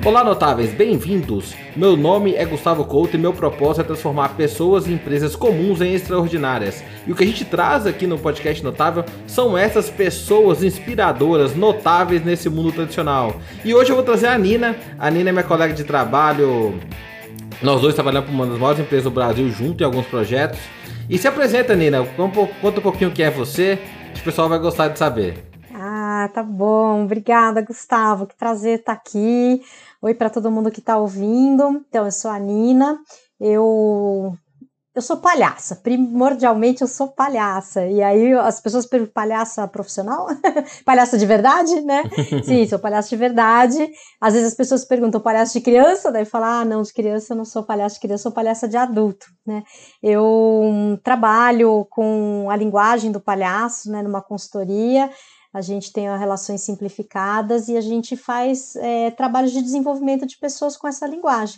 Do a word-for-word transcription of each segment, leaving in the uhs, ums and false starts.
Olá, notáveis, bem-vindos! Meu nome é Gustavo Couto e meu propósito é transformar pessoas e empresas comuns em extraordinárias. E o que a gente traz aqui no podcast Notável são essas pessoas inspiradoras, notáveis nesse mundo tradicional. E hoje eu vou trazer a Nina. A Nina é minha colega de trabalho. Nós dois trabalhamos para uma das maiores empresas do Brasil junto em alguns projetos. E se apresenta, Nina, conta um pouquinho o que é você, que o pessoal vai gostar de saber. Ah, tá bom. Obrigada, Gustavo. Que prazer estar aqui. Oi para todo mundo que está ouvindo. Então, eu sou a Nina. Eu, eu sou palhaça. Primordialmente, eu sou palhaça. E aí, as pessoas perguntam, palhaça profissional? Palhaça de verdade, né? Sim, sou palhaça de verdade. Às vezes as pessoas perguntam, palhaça de criança? Daí fala, ah, não, de criança eu não sou palhaça de criança, sou palhaça de adulto, né? Eu um, trabalho com a linguagem do palhaço, né, numa consultoria. A gente tem relações simplificadas e a gente faz é, trabalhos de desenvolvimento de pessoas com essa linguagem.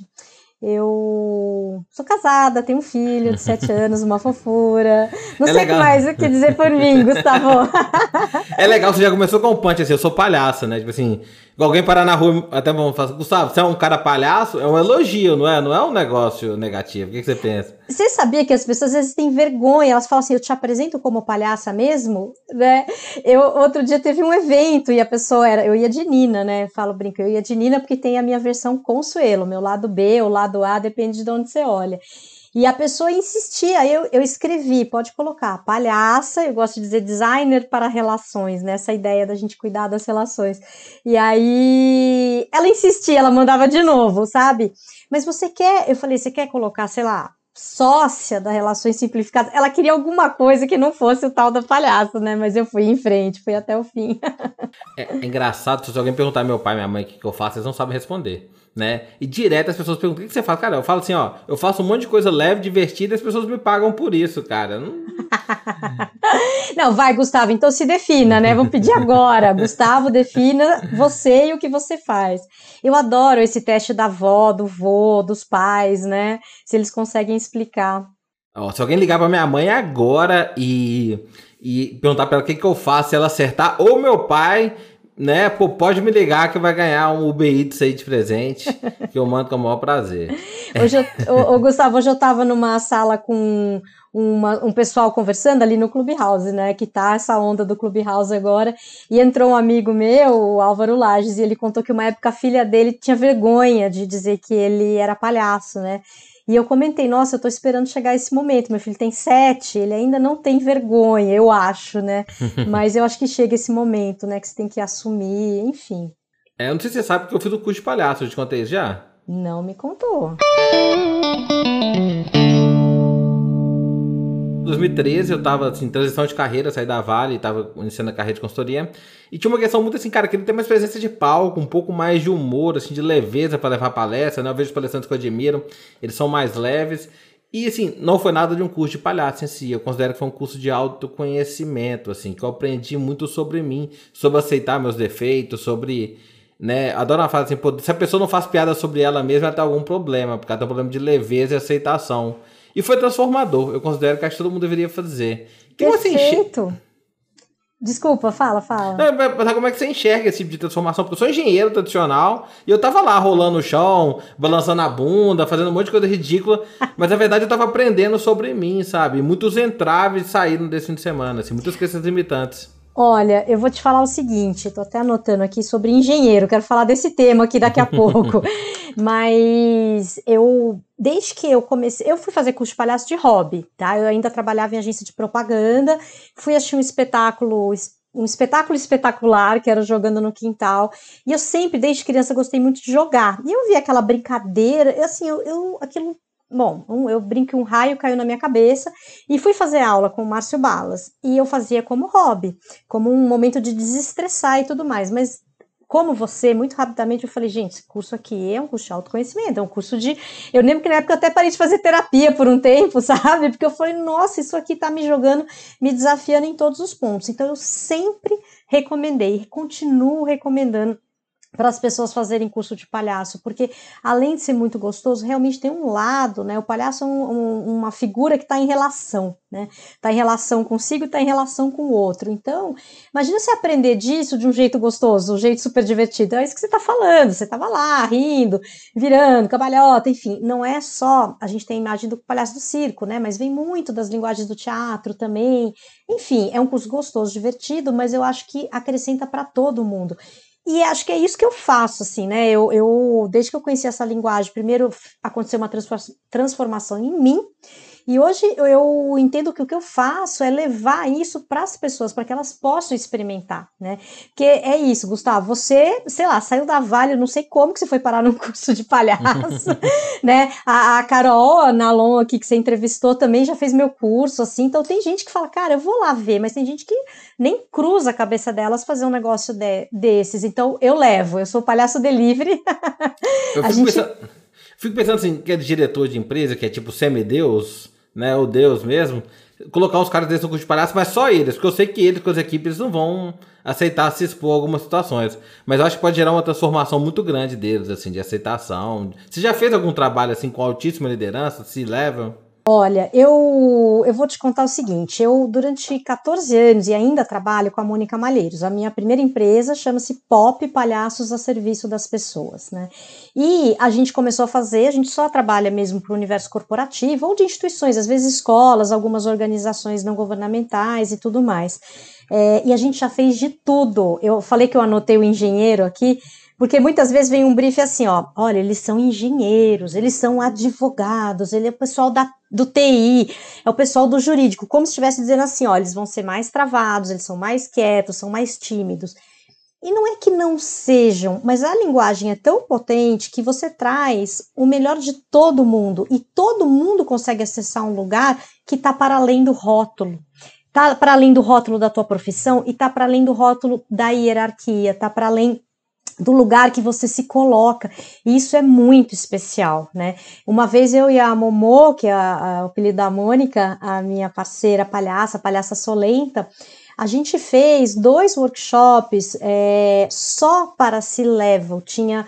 Eu sou casada, tenho um filho de sete anos, uma fofura. Não é sei o que mais o que dizer por mim, Gustavo. É legal, você já começou com um punch assim, eu sou palhaça, né? Tipo assim, alguém parar na rua, até vamos falar, Gustavo, você é um cara palhaço? É um elogio, não é? Não é um negócio negativo. O que, que você pensa? Você sabia que as pessoas às vezes têm vergonha, elas falam assim, eu te apresento como palhaça mesmo? Né? Eu, outro dia teve um evento e a pessoa era, eu ia de Nina, né? Falo, brinco, eu ia de Nina porque tem a minha versão Consuelo, meu lado B, o lado A, depende de onde você olha. E a pessoa insistia, eu, eu escrevi, pode colocar, palhaça, eu gosto de dizer designer para relações, né? Essa ideia da gente cuidar das relações. E aí, ela insistia, ela mandava de novo, sabe? Mas você quer, eu falei, você quer colocar, sei lá, sócia da Relações Simplificadas? Ela queria alguma coisa que não fosse o tal da palhaça, né? Mas eu fui em frente, fui até o fim. É, é engraçado, se alguém perguntar meu pai, minha mãe, o que, que eu faço, eles não sabem responder, né? E direto as pessoas perguntam, o que, que você faz? Cara, eu falo assim, ó, eu faço um monte de coisa leve, divertida, e as pessoas me pagam por isso, cara. Não, não vai, Gustavo, então se defina, né? Vamos pedir agora. Gustavo, defina você e o que você faz. Eu adoro esse teste da avó, do vô, dos pais, né? Se eles conseguem explicar. Ó, se alguém ligar pra minha mãe agora e, e perguntar pra ela o que, que eu faço, se ela acertar, ou meu pai, né, pô, pode me ligar que vai ganhar um Uber Eats aí de presente, que eu mando com o maior prazer. Hoje eu, ô, ô, Gustavo, hoje eu tava numa sala com uma, um pessoal conversando ali no Clubhouse, né, que tá essa onda do Clubhouse agora, e entrou um amigo meu, o Álvaro Lages, e ele contou que uma época a filha dele tinha vergonha de dizer que ele era palhaço, né, e eu comentei, nossa, eu tô esperando chegar esse momento, meu filho tem sete, ele ainda não tem vergonha, eu acho, né, mas eu acho que chega esse momento, né, que você tem que assumir, enfim. É, eu não sei se você sabe que eu fiz o curso de palhaço, eu te contei isso já? Não me contou. Em dois mil e treze eu tava assim, em transição de carreira, saí da Vale, tava iniciando a carreira de consultoria, e tinha uma questão muito assim, cara, queria ter mais presença de palco, um pouco mais de humor, assim, de leveza para levar palestra, né? Eu vejo os palestrantes que eu admiro, eles são mais leves, e assim, não foi nada de um curso de palhaço em si, eu considero que foi um curso de autoconhecimento, assim, que eu aprendi muito sobre mim, sobre aceitar meus defeitos, sobre, né, adoro uma frase assim, pô, se a pessoa não faz piada sobre ela mesma, ela tem algum problema, porque ela tem um problema de leveza e aceitação. E foi transformador. Eu considero que acho que todo mundo deveria fazer. Que Perfeito. Você... Desculpa, fala, fala. Não, mas como é que você enxerga esse tipo de transformação? Porque eu sou engenheiro tradicional e eu tava lá rolando o chão, balançando a bunda, fazendo um monte de coisa ridícula, mas na verdade eu tava aprendendo sobre mim, sabe? Muitos entraves saíram desse fim de semana, assim, muitas questões limitantes. Olha, eu vou te falar o seguinte, tô até anotando aqui sobre engenheiro, quero falar desse tema aqui daqui a pouco, mas eu, desde que eu comecei, eu fui fazer curso de palhaço de hobby, tá? Eu ainda trabalhava em agência de propaganda, fui assistir um espetáculo, um espetáculo espetacular, que era Jogando no Quintal, e eu sempre, desde criança, gostei muito de jogar, e eu vi aquela brincadeira, assim, eu, eu aquilo... Bom, um, eu brinco que um raio caiu na minha cabeça e fui fazer aula com o Márcio Balas. E eu fazia como hobby, como um momento de desestressar e tudo mais. Mas, como você, muito rapidamente eu falei, gente, esse curso aqui é um curso de autoconhecimento, é um curso de... Eu lembro que na época eu até parei de fazer terapia por um tempo, sabe? Porque eu falei, nossa, isso aqui tá me jogando, me desafiando em todos os pontos. Então, eu sempre recomendei, continuo recomendando para as pessoas fazerem curso de palhaço, porque além de ser muito gostoso, realmente tem um lado, né? O palhaço é um, um, uma figura que está em relação, né? Está em relação consigo e está em relação com o outro. Então, imagina você aprender disso de um jeito gostoso, de um jeito super divertido. É isso que você está falando. Você estava lá, rindo, virando, cabalhota, enfim. Não é só, a gente tem a imagem do palhaço do circo, né? Mas vem muito das linguagens do teatro também. Enfim, é um curso gostoso, divertido, mas eu acho que acrescenta para todo mundo. E acho que é isso que eu faço, assim, né? Eu, eu, desde que eu conheci essa linguagem, primeiro aconteceu uma transformação em mim, e hoje eu entendo que o que eu faço é levar isso para as pessoas, para que elas possam experimentar, né? Porque é isso, Gustavo, você, sei lá, saiu da Vale, eu não sei como que você foi parar num curso de palhaço, né? A, a Carol Nalon aqui, que você entrevistou, também já fez meu curso, assim, então tem gente que fala, cara, eu vou lá ver, mas tem gente que nem cruza a cabeça delas fazer um negócio de, desses, então eu levo, eu sou palhaço delivery. Eu a fico, gente... pensando, fico pensando assim, que é diretor de empresa, que é tipo semideus, né, o Deus mesmo, colocar uns caras desse no curso de palhaço, mas só eles, porque eu sei que eles com as equipes eles não vão aceitar se expor a algumas situações, mas eu acho que pode gerar uma transformação muito grande deles, assim, de aceitação. Você já fez algum trabalho assim com altíssima liderança, C-level? Olha, eu, eu vou te contar o seguinte, eu durante quatorze anos e ainda trabalho com a Mônica Malheiros, a minha primeira empresa chama-se Pop Palhaços a Serviço das Pessoas, né? E a gente começou a fazer, a gente só trabalha mesmo para o universo corporativo ou de instituições, às vezes escolas, algumas organizações não governamentais e tudo mais. É, e a gente já fez de tudo, eu falei que eu anotei o engenheiro aqui, porque muitas vezes vem um brief assim, ó, olha, eles são engenheiros, eles são advogados, ele é o pessoal da, do T I, é o pessoal do jurídico, como se estivesse dizendo assim, ó, eles vão ser mais travados, eles são mais quietos, são mais tímidos. E não é que não sejam, mas a linguagem é tão potente que você traz o melhor de todo mundo, e todo mundo consegue acessar um lugar que está para além do rótulo. Está para além do rótulo da tua profissão e está para além do rótulo da hierarquia, está para além do lugar que você se coloca, e isso é muito especial, né? Uma vez eu e a Momô, que é a, a, o apelido da Mônica, a minha parceira palhaça, palhaça Solenta, a gente fez dois workshops é, só para C-level, tinha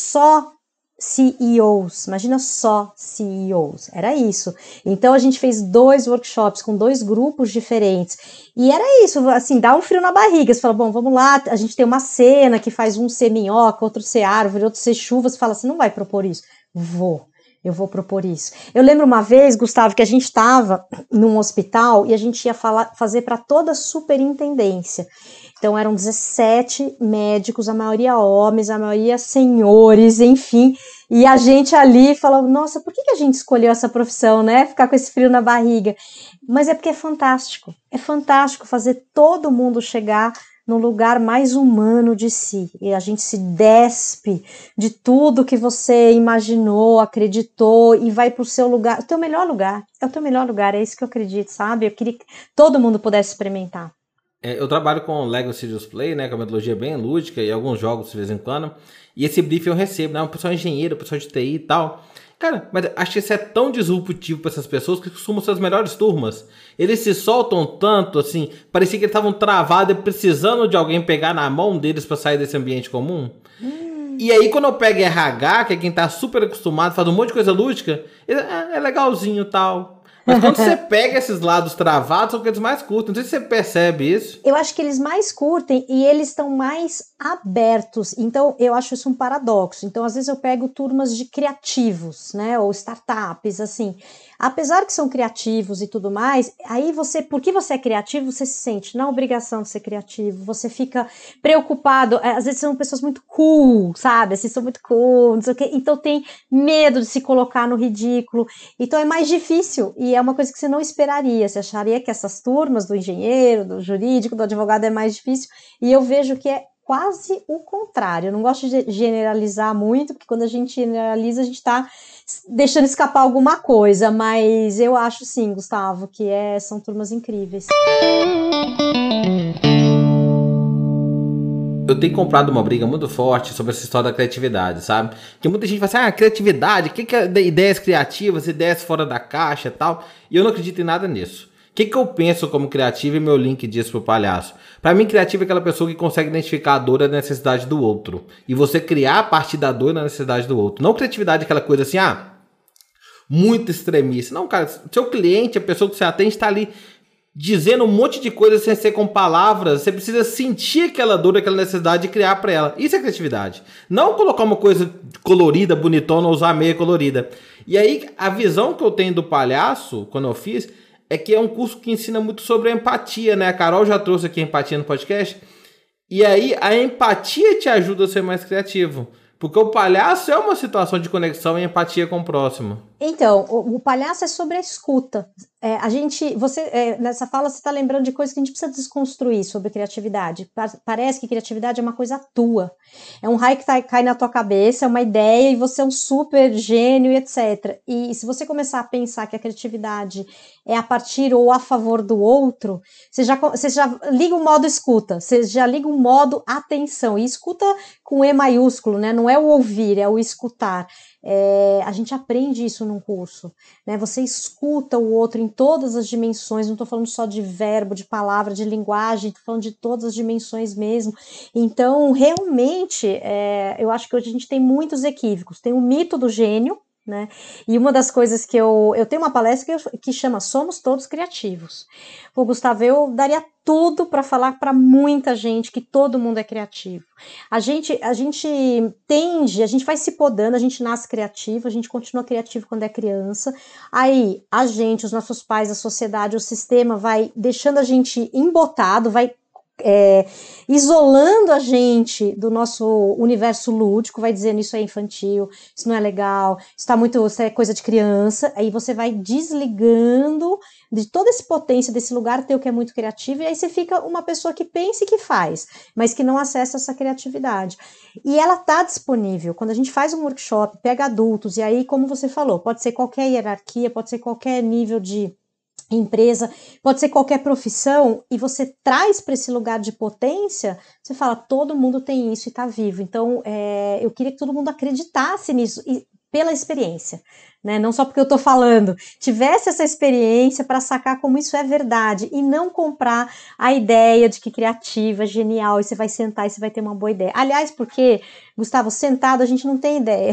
só C E Os, imagina só C E Os, era isso. Então a gente fez dois workshops com dois grupos diferentes, e era isso, assim, dá um frio na barriga, você fala, bom, vamos lá, a gente tem uma cena que faz um ser minhoca, outro ser árvore, outro ser chuva, você fala, você não vai propor isso? Vou, eu vou propor isso. Eu lembro uma vez, Gustavo, que a gente estava num hospital e a gente ia falar, fazer para toda a superintendência. Então eram dezessete médicos, a maioria homens, a maioria senhores, enfim, e a gente ali falou, nossa, por que que a gente escolheu essa profissão, né? Ficar com esse frio na barriga. Mas é porque é fantástico, é fantástico fazer todo mundo chegar no lugar mais humano de si, e a gente se despe de tudo que você imaginou, acreditou, e vai para o seu lugar, o teu melhor lugar, é o teu melhor lugar, é isso que eu acredito, sabe? Eu queria que todo mundo pudesse experimentar. É, eu trabalho com Lego Serious Play, né, que é uma metodologia bem lúdica e alguns jogos de vez em quando. E esse brief eu recebo, né, um pessoal engenheiro, um pessoal de T I e tal. Cara, mas acho que isso é tão disruptivo para essas pessoas que costumam ser as melhores turmas. Eles se soltam tanto, assim, parecia que eles estavam travados e precisando de alguém pegar na mão deles para sair desse ambiente comum. Hum. E aí quando eu pego R H, que é quem tá super acostumado, faz um monte de coisa lúdica, ele, ah, é legalzinho e tal. Mas quando você pega esses lados travados, são que eles mais curtem. Não sei se você percebe isso. Eu acho que eles mais curtem e eles estão mais abertos. Então, eu acho isso um paradoxo. Então, às vezes eu pego turmas de criativos, né? Ou startups, assim. Apesar que são criativos e tudo mais, aí você, porque você é criativo, você se sente na obrigação de ser criativo. Você fica preocupado. Às vezes são pessoas muito cool, sabe? Assim, são muito cool, não sei o quê. Então, tem medo de se colocar no ridículo. Então, é mais difícil. E é uma coisa que você não esperaria. Você acharia que essas turmas do engenheiro, do jurídico, do advogado é mais difícil. E eu vejo que é quase o contrário. Eu não gosto de generalizar muito, porque quando a gente generaliza, a gente está deixando escapar alguma coisa. Mas eu acho sim, Gustavo, que é, são turmas incríveis. Eu tenho comprado uma briga muito forte sobre essa história da criatividade, sabe? Que muita gente fala assim, ah, criatividade, o que, que é ideias criativas, ideias fora da caixa e tal. E eu não acredito em nada nisso. que, que eu penso como criativo e meu link disso pro palhaço? Pra mim, criativo é aquela pessoa que consegue identificar a dor e a necessidade do outro. E você criar a partir da dor e da necessidade do outro. Não criatividade é aquela coisa assim, ah, muito extremista. Não, cara, seu cliente, a pessoa que você atende, tá ali dizendo um monte de coisa sem ser com palavras. Você precisa sentir aquela dor, aquela necessidade de criar pra ela. Isso é criatividade. Não colocar uma coisa colorida, bonitona, ou usar meia colorida. E aí, a visão que eu tenho do palhaço, quando eu fiz, é que é um curso que ensina muito sobre a empatia, né? A Carol já trouxe aqui a empatia no podcast. E aí, a empatia te ajuda a ser mais criativo. Porque o palhaço é uma situação de conexão e empatia com o próximo. Então, o, o palhaço é sobre a escuta. É, a gente, você, é, nessa fala você está lembrando de coisas que a gente precisa desconstruir sobre criatividade. Pa- parece que criatividade é uma coisa tua. É um raio que tá, cai na tua cabeça, é uma ideia e você é um super gênio e etcétera. E se você começar a pensar que a criatividade é a partir ou a favor do outro, você já, você já liga o modo escuta, você já liga o modo atenção. E escuta com E maiúsculo, né? Não é o ouvir, é o escutar. É, a gente aprende isso num curso, né? Você escuta o outro em todas as dimensões, não estou falando só de verbo, de palavra, de linguagem, estou falando de todas as dimensões mesmo. Então, realmente, é, eu acho que hoje a gente tem muitos equívocos. Tem o mito do gênio, né? E uma das coisas que eu... Eu tenho uma palestra que, eu, que chama Somos Todos Criativos. Pô, Gustavo, eu daria tudo para falar para muita gente que todo mundo é criativo. A gente, a gente tende, a gente vai se podando, a gente nasce criativo, a gente continua criativo quando é criança. Aí a gente, os nossos pais, a sociedade, o sistema vai deixando a gente embotado, vai É, isolando a gente do nosso universo lúdico, vai dizendo isso é infantil, isso não é legal, isso tá muito, isso é coisa de criança. Aí você vai desligando de toda essa potência desse lugar teu que é muito criativo, e aí você fica uma pessoa que pensa e que faz, mas que não acessa essa criatividade. E ela tá disponível. Quando a gente faz um workshop, pega adultos, e aí, como você falou, pode ser qualquer hierarquia, pode ser qualquer nível de empresa, pode ser qualquer profissão, e você traz para esse lugar de potência, você fala, todo mundo tem isso e está vivo. Então, é, eu queria que todo mundo acreditasse nisso, e pela experiência, né? Não só porque eu estou falando, tivesse essa experiência para sacar como isso é verdade, e não comprar a ideia de que criativa, genial, e você vai sentar e você vai ter uma boa ideia. Aliás, porque, Gustavo, sentado a gente não tem ideia.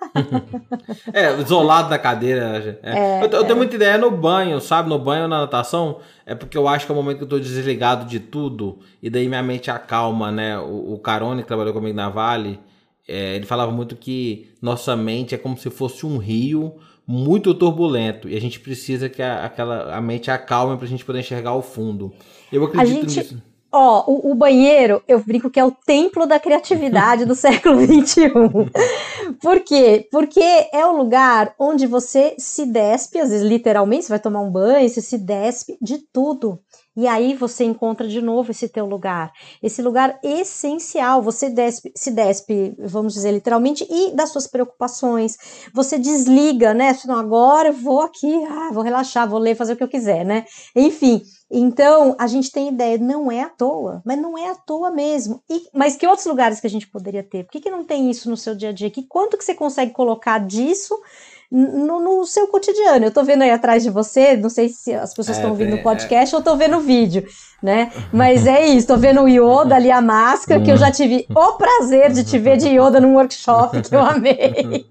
É, isolado na cadeira. É. É, eu, eu tenho é. muita ideia no banho, sabe? No banho ou na natação. É porque eu acho que é o momento que eu tô desligado de tudo. E daí minha mente acalma, né? O, o Carone, que trabalhou comigo na Vale, é, ele falava muito que nossa mente é como se fosse um rio muito turbulento. E a gente precisa que a, aquela, a mente acalme pra gente poder enxergar o fundo. Eu acredito gente... nisso. Ó, oh, o, o banheiro, eu brinco que é o templo da criatividade do século vinte e um. Por quê? Porque é o lugar onde você se despe, às vezes literalmente, você vai tomar um banho, você se despe de tudo. E aí você encontra de novo esse teu lugar. Esse lugar essencial, você despe, se despe, vamos dizer literalmente, e das suas preocupações. Você desliga, né? Não, agora eu vou aqui, ah, vou relaxar, vou ler, fazer o que eu quiser, né? Enfim, então a gente tem ideia, não é à toa, mas não é à toa mesmo. E, mas que outros lugares que a gente poderia ter? Por que, que não tem isso no seu dia a dia? Que quanto que você consegue colocar disso No, no seu cotidiano? Eu tô vendo aí atrás de você, não sei se as pessoas estão é, ouvindo o podcast é... ou tô vendo o vídeo, né? Mas é isso, tô vendo o Yoda ali, a máscara, que eu já tive o prazer de te ver de Yoda num workshop, que eu amei.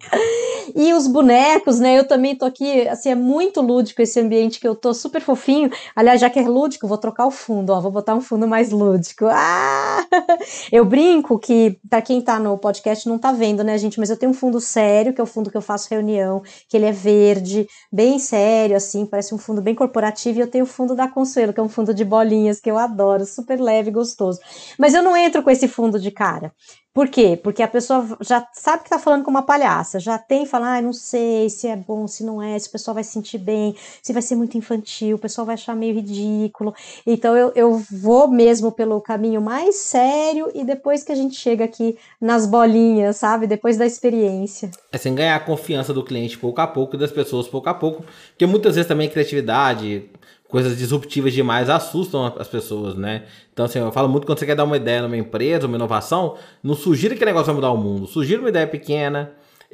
E os bonecos, né? Eu também tô aqui, assim, é muito lúdico esse ambiente que eu tô, super fofinho. Aliás, já que é lúdico, vou trocar o fundo, ó, vou botar um fundo mais lúdico. Ah! Eu brinco que, pra quem tá no podcast não tá vendo, né, gente? Mas eu tenho um fundo sério, que é o fundo que eu faço reunião, que ele é verde, bem sério, assim, parece um fundo bem corporativo, e eu tenho o fundo da Consuelo, que é um fundo de bolinhas, que eu adoro, super leve e gostoso. Mas eu não entro com esse fundo de cara. Por quê? Porque a pessoa já sabe que tá falando com uma palhaça, já tem, fala, ah, não sei se é bom, se não é, se o pessoal vai se sentir bem, se vai ser muito infantil, o pessoal vai achar meio ridículo. Então eu, eu vou mesmo pelo caminho mais sério, e depois que a gente chega aqui nas bolinhas, sabe? Depois da experiência. É sem ganhar a confiança do cliente pouco a pouco e das pessoas pouco a pouco, porque muitas vezes também criatividade, coisas disruptivas demais assustam as pessoas, né? Então, assim, eu falo muito quando você quer dar uma ideia numa empresa, uma inovação, não sugira que o negócio vai mudar o mundo. Sugira uma ideia pequena.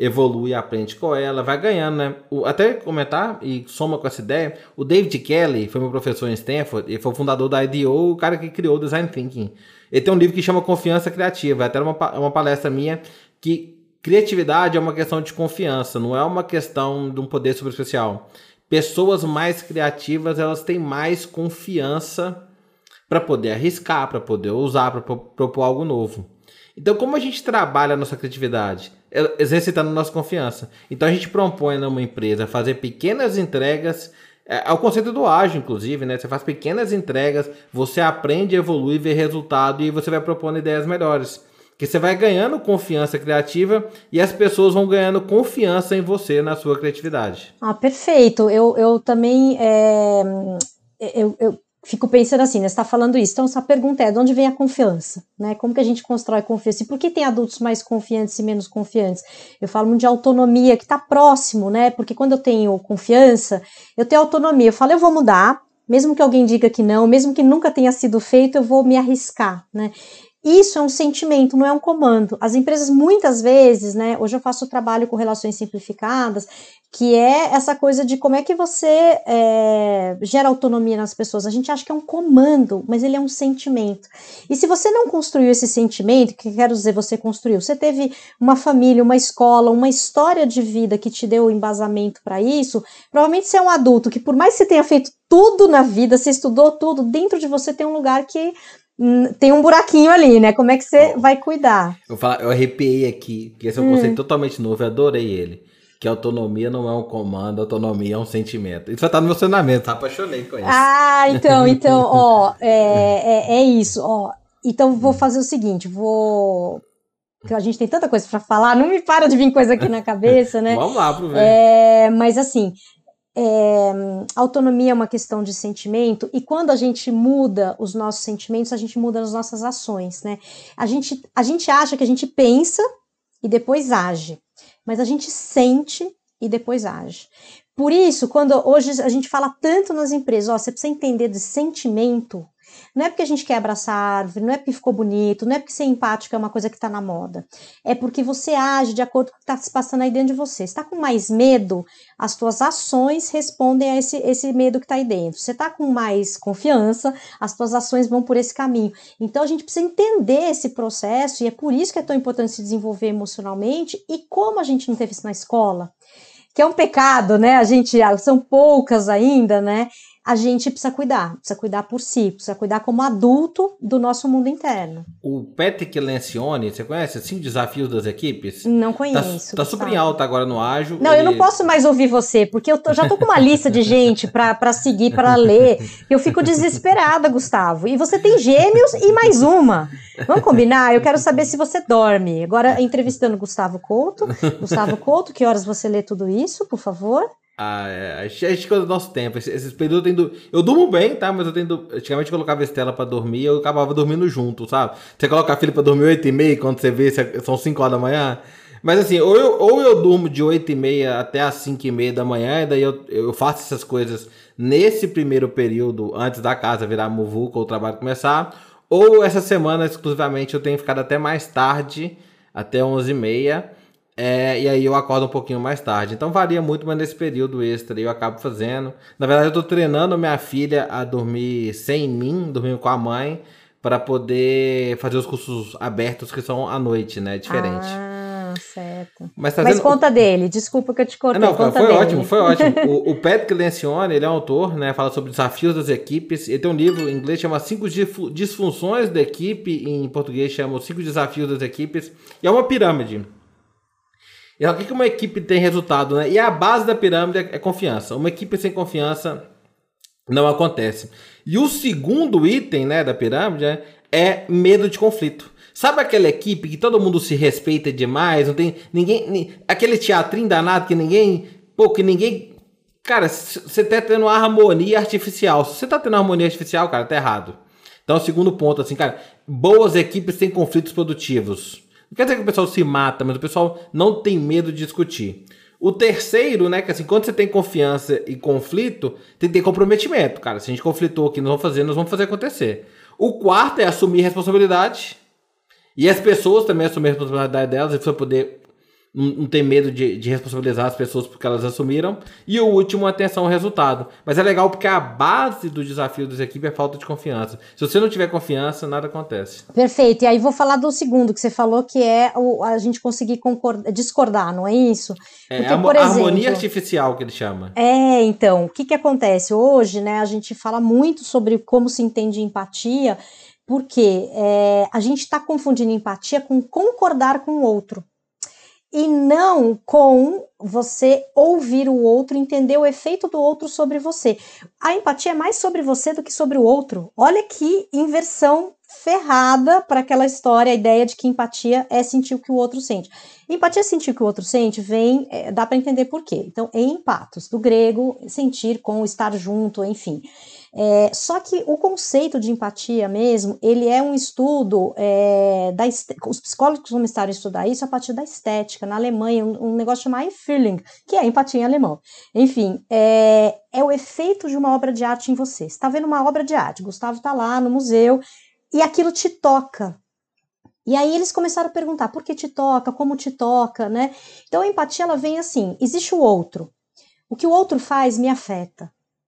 evolui, aprende com ela, vai ganhando, né? O, até comentar, e soma com essa ideia, o David Kelly foi meu professor em Stanford, ele foi o fundador da I D O, o cara que criou o Design Thinking. Ele tem um livro que chama Confiança Criativa, até uma, uma palestra minha, que criatividade é uma questão de confiança, não é uma questão de um poder superespecial. Pessoas mais criativas, elas têm mais confiança para poder arriscar, para poder usar, para propor algo novo. Então, como a gente trabalha a nossa criatividade? Exercitando a nossa confiança. Então, a gente propõe numa empresa fazer pequenas entregas, é, é o conceito do ágil, inclusive, né? Você faz pequenas entregas, você aprende, evolui, vê resultado e você vai propondo ideias melhores. Porque você vai ganhando confiança criativa e as pessoas vão ganhando confiança em você, na sua criatividade. Ah, perfeito. Eu, eu também é, eu, eu fico pensando assim, né? Você está falando isso. Então, essa pergunta é, de onde vem a confiança? Né? Como que a gente constrói confiança? E por que tem adultos mais confiantes e menos confiantes? Eu falo muito de autonomia, que está próximo, né? Porque quando eu tenho confiança, eu tenho autonomia. Eu falo, eu vou mudar, mesmo que alguém diga que não, mesmo que nunca tenha sido feito, eu vou me arriscar, né? Isso é um sentimento, não é um comando. As empresas muitas vezes, né, hoje eu faço trabalho com relações simplificadas, que é essa coisa de como é que você é, gera autonomia nas pessoas. A gente acha que é um comando, mas ele é um sentimento. E se você não construiu esse sentimento, que quero dizer você construiu, você teve uma família, uma escola, uma história de vida que te deu embasamento para isso, provavelmente você é um adulto que por mais que você tenha feito tudo na vida, você estudou tudo, dentro de você tem um lugar que tem um buraquinho ali, né? Como é que você oh, vai cuidar? Eu, falo, eu arrepiei aqui, que esse é um hum. conceito totalmente novo, eu adorei ele. Que autonomia não é um comando, autonomia é um sentimento. Isso vai estar no meu treinamento, tá? Apaixonei com isso. Ah, então, então, ó, é, é, é isso, ó. Então, vou fazer o seguinte, vou... Porque a gente tem tanta coisa para falar, não me para de vir coisa aqui na cabeça, né? Vamos lá, aproveita. É, mas assim... É, autonomia é uma questão de sentimento e quando a gente muda os nossos sentimentos, a gente muda as nossas ações, né? A gente, a gente acha que a gente pensa e depois age, mas a gente sente e depois age. Por isso, quando hoje a gente fala tanto nas empresas, ó, você precisa entender de sentimento, não é porque a gente quer abraçar a árvore, não é porque ficou bonito, não é porque ser empático é uma coisa que está na moda. É porque você age de acordo com o que está se passando aí dentro de você. Você está com mais medo, as suas ações respondem a esse, esse medo que está aí dentro. Você está com mais confiança, as suas ações vão por esse caminho. Então a gente precisa entender esse processo e é por isso que é tão importante se desenvolver emocionalmente. E como a gente não teve isso na escola, que é um pecado, né? A gente, são poucas ainda, né? A gente precisa cuidar, precisa cuidar por si, precisa cuidar como adulto do nosso mundo interno. O Patrick Lencioni, você conhece? Cinco Desafios das Equipes? Não conheço. Tá, tá super em alta agora no ágil. Não, ele... eu não posso mais ouvir você, porque eu tô, já tô com uma lista de gente pra, pra seguir, pra ler. Eu fico desesperada, Gustavo. E você tem gêmeos e mais uma. Vamos combinar? Eu quero saber se você dorme. Agora, entrevistando Gustavo Couto. Gustavo Couto, que horas você lê tudo isso, por favor? Ah, é, a gente coisa do nosso tempo. Esses esse períodos eu tenho. Eu durmo bem, tá? Mas eu tenho. Antigamente eu colocava Estela pra dormir, eu acabava dormindo junto, sabe? Você coloca a filha pra dormir oito e meia, quando você vê, são cinco horas da manhã. Mas assim, ou eu, ou eu durmo de oito e meia até as cinco e meia da manhã, e daí eu, eu faço essas coisas nesse primeiro período, antes da casa virar muvuca ou o trabalho começar. Ou essa semana, exclusivamente, eu tenho ficado até mais tarde, até onze e meia. É, e aí eu acordo um pouquinho mais tarde. Então varia muito, mas nesse período extra eu acabo fazendo. Na verdade, eu tô treinando minha filha a dormir sem mim, dormindo com a mãe, para poder fazer os cursos abertos que são à noite, né? Diferente. Ah, certo. Mas, mas conta dele, desculpa que eu te cortei. Não, conta foi dele. ótimo, foi ótimo. O, o Patrick Lencioni, ele é um autor, né? Fala sobre desafios das equipes. Ele tem um livro em inglês que chama Cinco Disfunções da Equipe, em português chama Os Cinco Desafios das Equipes. E é uma pirâmide. E o que uma equipe tem resultado, né? E a base da pirâmide é confiança. Uma equipe sem confiança não acontece. E o segundo item, né, da pirâmide, né, é medo de conflito. Sabe aquela equipe que todo mundo se respeita demais, não tem ninguém, aquele teatrinho danado que ninguém, pô, que ninguém, cara, você tá tendo uma harmonia artificial. Se você tá tendo uma harmonia artificial, cara, tá errado. Então, o segundo ponto, assim, cara, boas equipes têm conflitos produtivos. Não quer dizer que o pessoal se mata, mas o pessoal não tem medo de discutir. O terceiro, né, que assim, quando você tem confiança e conflito, tem que ter comprometimento, cara. Se a gente conflitou aqui, nós vamos fazer, nós vamos fazer acontecer. O quarto é assumir responsabilidade. E as pessoas também assumir a responsabilidade delas, e você poder não, não ter medo de, de responsabilizar as pessoas porque elas assumiram. E o último, atenção ao resultado. Mas é legal porque a base do desafio das equipes é falta de confiança. Se você não tiver confiança, nada acontece. Perfeito. E aí vou falar do segundo que você falou, que é o, a gente conseguir concordar, discordar, não é isso? Porque, é a, por exemplo, harmonia artificial que ele chama. É, então, o que que acontece? Hoje, né, a gente fala muito sobre como se entende empatia, porque é, a gente está confundindo empatia com concordar com o outro. E não com você ouvir o outro, entender o efeito do outro sobre você. A empatia é mais sobre você do que sobre o outro. Olha que inversão ferrada para aquela história, a ideia de que empatia é sentir o que o outro sente. Empatia é sentir o que o outro sente, vem, é, dá para entender por quê. Então, empatos, do grego, sentir com, estar junto, enfim. É, só que o conceito de empatia mesmo, ele é um estudo, é, da os psicólogos começaram a estudar isso a partir da estética, na Alemanha, um, um negócio chamado Feeling, que é empatia em alemão. Enfim, é, é o efeito de uma obra de arte em você. Você está vendo uma obra de arte, Gustavo está lá no museu, e aquilo te toca. E aí eles começaram a perguntar, por que te toca, como te toca, né? Então a empatia, ela vem assim, existe o outro. O que o outro faz me afeta.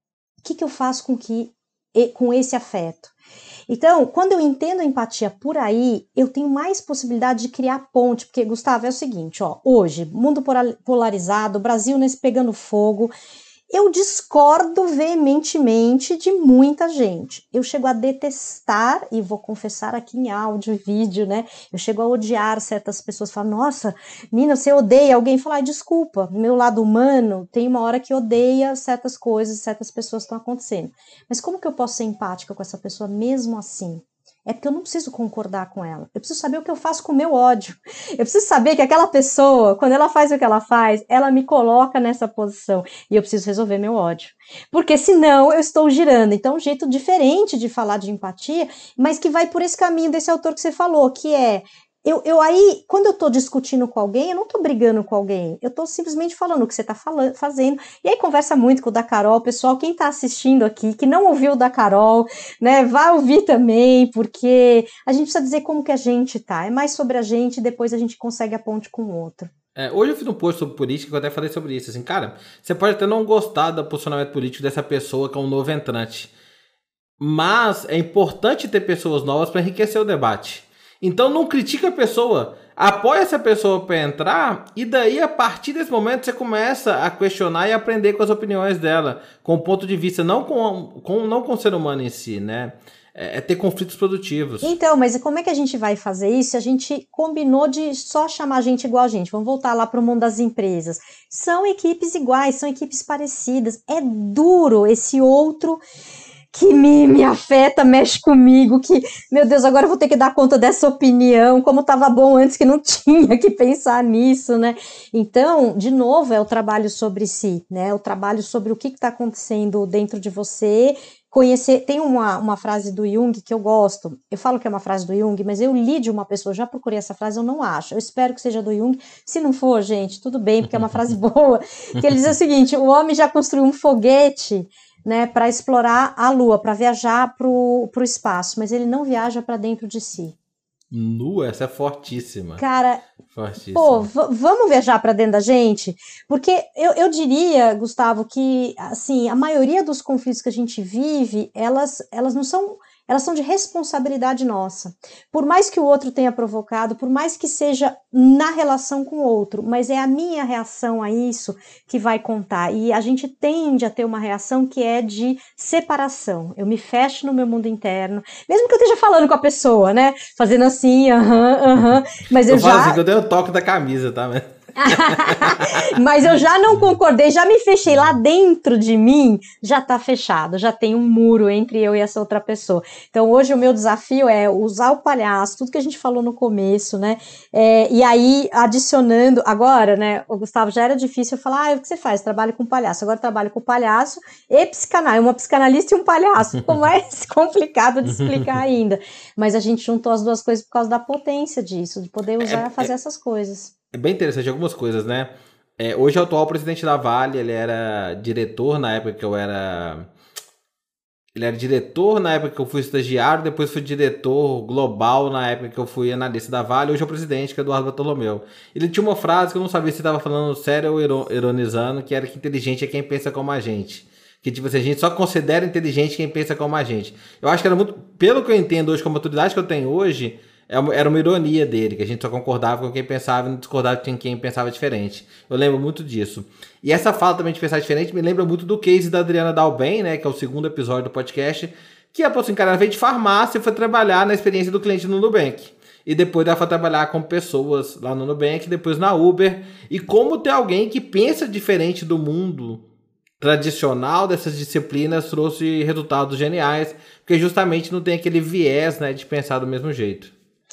O que, que eu faço com, que, com esse afeto? Então, quando eu entendo a empatia por aí, eu tenho mais possibilidade de criar ponte, porque, Gustavo, é o seguinte, ó, hoje, mundo polarizado, Brasil nesse pegando fogo, eu discordo veementemente de muita gente. Eu chego a detestar, e vou confessar aqui em áudio e vídeo, né? Eu chego a odiar certas pessoas. Falo, nossa, Nina, você odeia alguém? Fala, ah, desculpa, meu lado humano tem uma hora que odeia certas coisas, certas pessoas estão acontecendo. Mas como que eu posso ser empática com essa pessoa mesmo assim? É porque eu não preciso concordar com ela. Eu preciso saber o que eu faço com o meu ódio. Eu preciso saber que aquela pessoa, quando ela faz o que ela faz, ela me coloca nessa posição. E eu preciso resolver meu ódio. Porque senão eu estou girando. Então, um jeito diferente de falar de empatia, mas que vai por esse caminho desse autor que você falou, que é... Eu, eu aí, quando eu tô discutindo com alguém, eu não tô brigando com alguém, eu tô simplesmente falando o que você tá falando, fazendo, e aí conversa muito com o da Carol, pessoal, quem tá assistindo aqui, que não ouviu o da Carol, né, vai ouvir também, porque a gente precisa dizer como que a gente tá, é mais sobre a gente, e depois a gente consegue a ponte com o outro. É, hoje eu fiz um post sobre política que eu até falei sobre isso, assim, cara, você pode até não gostar do posicionamento político dessa pessoa que é um novo entrante, mas é importante ter pessoas novas para enriquecer o debate. Então não critica a pessoa, apoia essa pessoa para entrar e daí a partir desse momento você começa a questionar e aprender com as opiniões dela, com o ponto de vista, não com, com, não com o ser humano em si, né? É, é ter conflitos produtivos. Então, mas como é que a gente vai fazer isso? A gente combinou de só chamar gente igual a gente. Vamos voltar lá para o mundo das empresas. São equipes iguais, são equipes parecidas. É duro esse outro... que me, me afeta, mexe comigo, que, meu Deus, agora eu vou ter que dar conta dessa opinião, como estava bom antes que não tinha que pensar nisso, né? Então, de novo, é o trabalho sobre si, né? O trabalho sobre o que está acontecendo dentro de você, conhecer... Tem uma, uma frase do Jung que eu gosto, eu falo que é uma frase do Jung, mas eu li de uma pessoa, já procurei essa frase, eu não acho, eu espero que seja do Jung, se não for, gente, tudo bem, porque é uma frase boa, que ele diz o seguinte, o homem já construiu um foguete, né, para explorar a Lua, para viajar para o espaço, mas ele não viaja para dentro de si. Nu, essa é fortíssima. Cara, fortíssima. Pô, vamos viajar para dentro da gente? Porque eu, eu diria, Gustavo, que assim, a maioria dos conflitos que a gente vive, elas, elas não são... elas são de responsabilidade nossa. Por mais que o outro tenha provocado, por mais que seja na relação com o outro, mas é a minha reação a isso que vai contar. E a gente tende a ter uma reação que é de separação. Eu me fecho no meu mundo interno, mesmo que eu esteja falando com a pessoa, né? Fazendo assim, aham, aham. Mas eu, eu já... falo assim, que eu dei o toque da camisa, tá? Mas eu já não concordei, já me fechei lá dentro de mim, já tá fechado, já tem um muro entre eu e essa outra pessoa. Então hoje o meu desafio é usar o palhaço, tudo que a gente falou no começo, né? É, e aí adicionando, agora, né, o Gustavo, já era difícil eu falar, ah, o que você faz? Trabalho com palhaço. Agora eu trabalho com palhaço e psicanálise, uma psicanalista e um palhaço. Ficou mais complicado de explicar ainda. Mas a gente juntou as duas coisas por causa da potência disso, de poder usar e fazer essas coisas. É bem interessante algumas coisas, né? É, hoje é o atual presidente da Vale, ele era diretor na época que eu era Ele era diretor na época que eu fui estagiário, depois fui diretor global na época que eu fui analista da Vale, hoje é o presidente, que é Eduardo Bartolomeu. Ele tinha uma frase que eu não sabia se estava falando sério ou ironizando, que era que inteligente é quem pensa como a gente. Que tipo assim, a gente só considera inteligente quem pensa como a gente. Eu acho que era muito, pelo que eu entendo hoje, com a maturidade que eu tenho hoje, era uma ironia dele, que a gente só concordava com quem pensava e não discordava com quem pensava diferente. Eu lembro muito disso. E essa fala também de pensar diferente me lembra muito do case da Adriana Dalben, né, que é o segundo episódio do podcast, que a assim, cara, ela veio de farmácia e foi trabalhar na experiência do cliente no Nubank. E depois ela foi trabalhar com pessoas lá no Nubank, depois na Uber. E como ter alguém que pensa diferente do mundo tradicional dessas disciplinas trouxe resultados geniais, porque justamente não tem aquele viés, né, de pensar do mesmo jeito.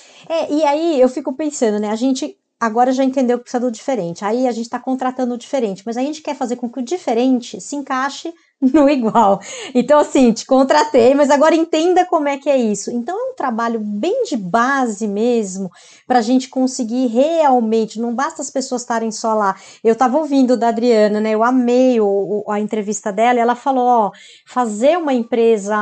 É, e aí eu fico pensando, né, a gente agora já entendeu que precisa do diferente, aí a gente está contratando o diferente, mas a gente quer fazer com que o diferente se encaixe no igual. Então, assim, te contratei, mas agora entenda como é que é isso. Então, é um trabalho bem de base mesmo, para a gente conseguir realmente, não basta as pessoas estarem só lá. Eu estava ouvindo da Adriana, né, eu amei o, o, a entrevista dela, e ela falou, ó, fazer uma empresa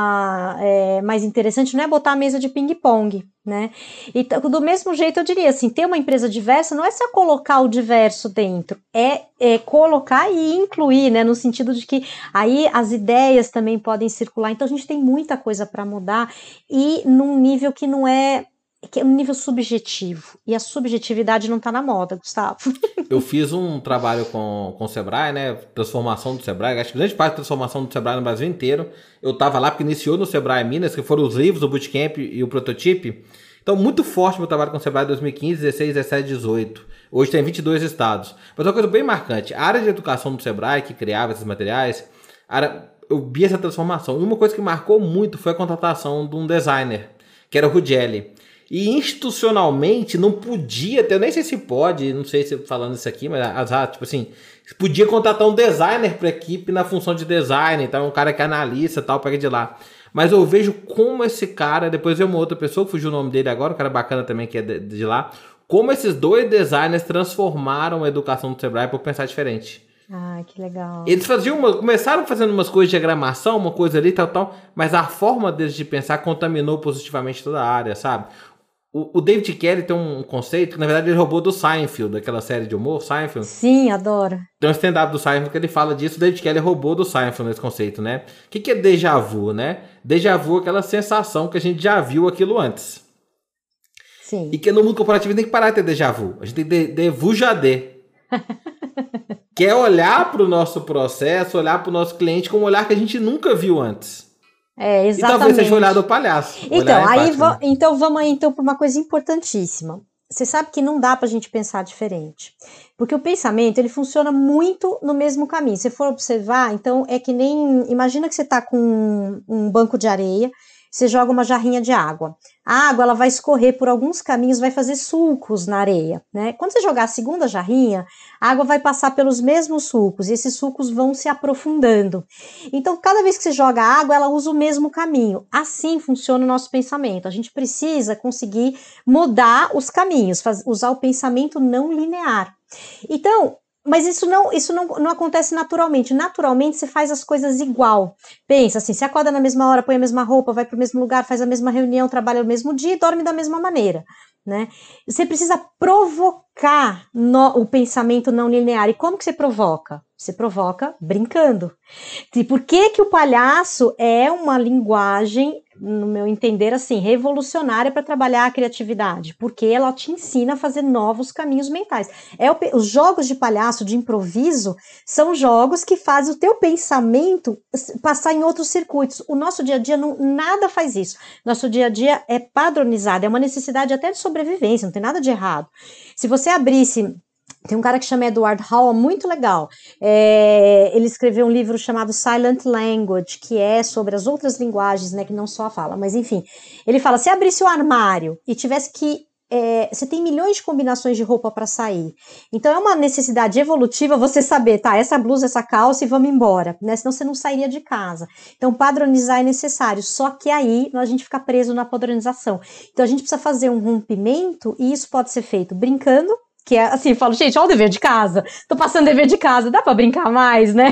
é, mais interessante não é botar a mesa de ping-pong, né? E do mesmo jeito eu diria assim, ter uma empresa diversa não é só colocar o diverso dentro, é, é colocar e incluir, né, no sentido de que aí as ideias também podem circular, então a gente tem muita coisa para mudar e num nível que não é, que é um nível subjetivo, e a subjetividade não está na moda, Gustavo. Eu fiz um trabalho com, com o Sebrae, né, transformação do Sebrae, acho que grande parte da transformação do Sebrae no Brasil inteiro, eu estava lá porque iniciou no Sebrae Minas, que foram os livros, o Bootcamp e o Prototype. Então, muito forte meu trabalho com o Sebrae em dois mil e quinze, dezesseis, dezessete, dezoito. Hoje tem vinte e dois estados. Mas uma coisa bem marcante, a área de educação do Sebrae, que criava esses materiais, área, eu vi essa transformação. E uma coisa que marcou muito foi a contratação de um designer, que era o Rugelli. E institucionalmente não podia ter, eu nem sei se pode, não sei se falando isso aqui, mas azar, tipo assim, podia contratar um designer para a equipe na função de design, então um cara que é analista e tal, pega de lá. Mas eu vejo como esse cara, depois veio uma outra pessoa, que fugiu o nome dele agora, um cara bacana também que é de, de lá, como esses dois designers transformaram a educação do Sebrae para pensar diferente. Ah, que legal. Eles faziam uma, começaram fazendo umas coisas de diagramação, uma coisa ali, tal, tal, mas a forma deles de pensar contaminou positivamente toda a área, sabe? O, o David Kelly tem um conceito que, na verdade, ele roubou do Seinfeld, daquela série de humor, Seinfeld. Sim, adoro. Tem um stand-up do Seinfeld que ele fala disso, o David Kelly roubou do Seinfeld nesse conceito, né? O que, que é déjà vu, né? Déjà vu é aquela sensação que a gente já viu aquilo antes. Sim. E que no mundo corporativo tem que parar de ter déjà vu. A gente tem que ter vu já de. Que é olhar para o nosso processo, olhar para o nosso cliente com um olhar que a gente nunca viu antes. É, exatamente. E talvez seja o olhar do palhaço. Então, aí va- então vamos aí então, para uma coisa importantíssima. Você sabe que não dá para a gente pensar diferente. Porque o pensamento, ele funciona muito no mesmo caminho. Se for observar, então é que nem... Imagina que você está com um, um banco de areia, você joga uma jarrinha de água. A água, ela vai escorrer por alguns caminhos, vai fazer sulcos na areia, né? Quando você jogar a segunda jarrinha, a água vai passar pelos mesmos sulcos, e esses sulcos vão se aprofundando. Então, cada vez que você joga água, ela usa o mesmo caminho. Assim funciona o nosso pensamento. A gente precisa conseguir mudar os caminhos, faz, usar o pensamento não linear. Então, mas isso não, isso não, não acontece naturalmente. Naturalmente, você faz as coisas igual. Pensa assim, você acorda na mesma hora, põe a mesma roupa, vai para o mesmo lugar, faz a mesma reunião, trabalha no mesmo dia e dorme da mesma maneira, né? Você precisa provocar no, o pensamento não linear. E como que você provoca? Você provoca brincando. E por que que o palhaço é uma linguagem, no meu entender, assim, revolucionária para trabalhar a criatividade? Porque ela te ensina a fazer novos caminhos mentais. É o, os jogos de palhaço, de improviso, são jogos que fazem o teu pensamento passar em outros circuitos. O nosso dia a dia não, nada faz isso. Nosso dia a dia é padronizado, é uma necessidade até de sobrevivência, não tem nada de errado. Se você abrisse... Tem um cara que chama Edward Hall, muito legal. É, ele escreveu um livro chamado Silent Language, que é sobre as outras linguagens, né, que não só a fala, mas enfim. Ele fala, se abrisse o armário e tivesse que... É, você tem milhões de combinações de roupa para sair. Então é uma necessidade evolutiva você saber, tá, essa blusa, essa calça e vamos embora, né? Senão você não sairia de casa. Então padronizar é necessário, só que aí a gente fica preso na padronização. Então a gente precisa fazer um rompimento e isso pode ser feito brincando, que é assim, eu falo, gente, olha o dever de casa, tô passando dever de casa, dá pra brincar mais, né?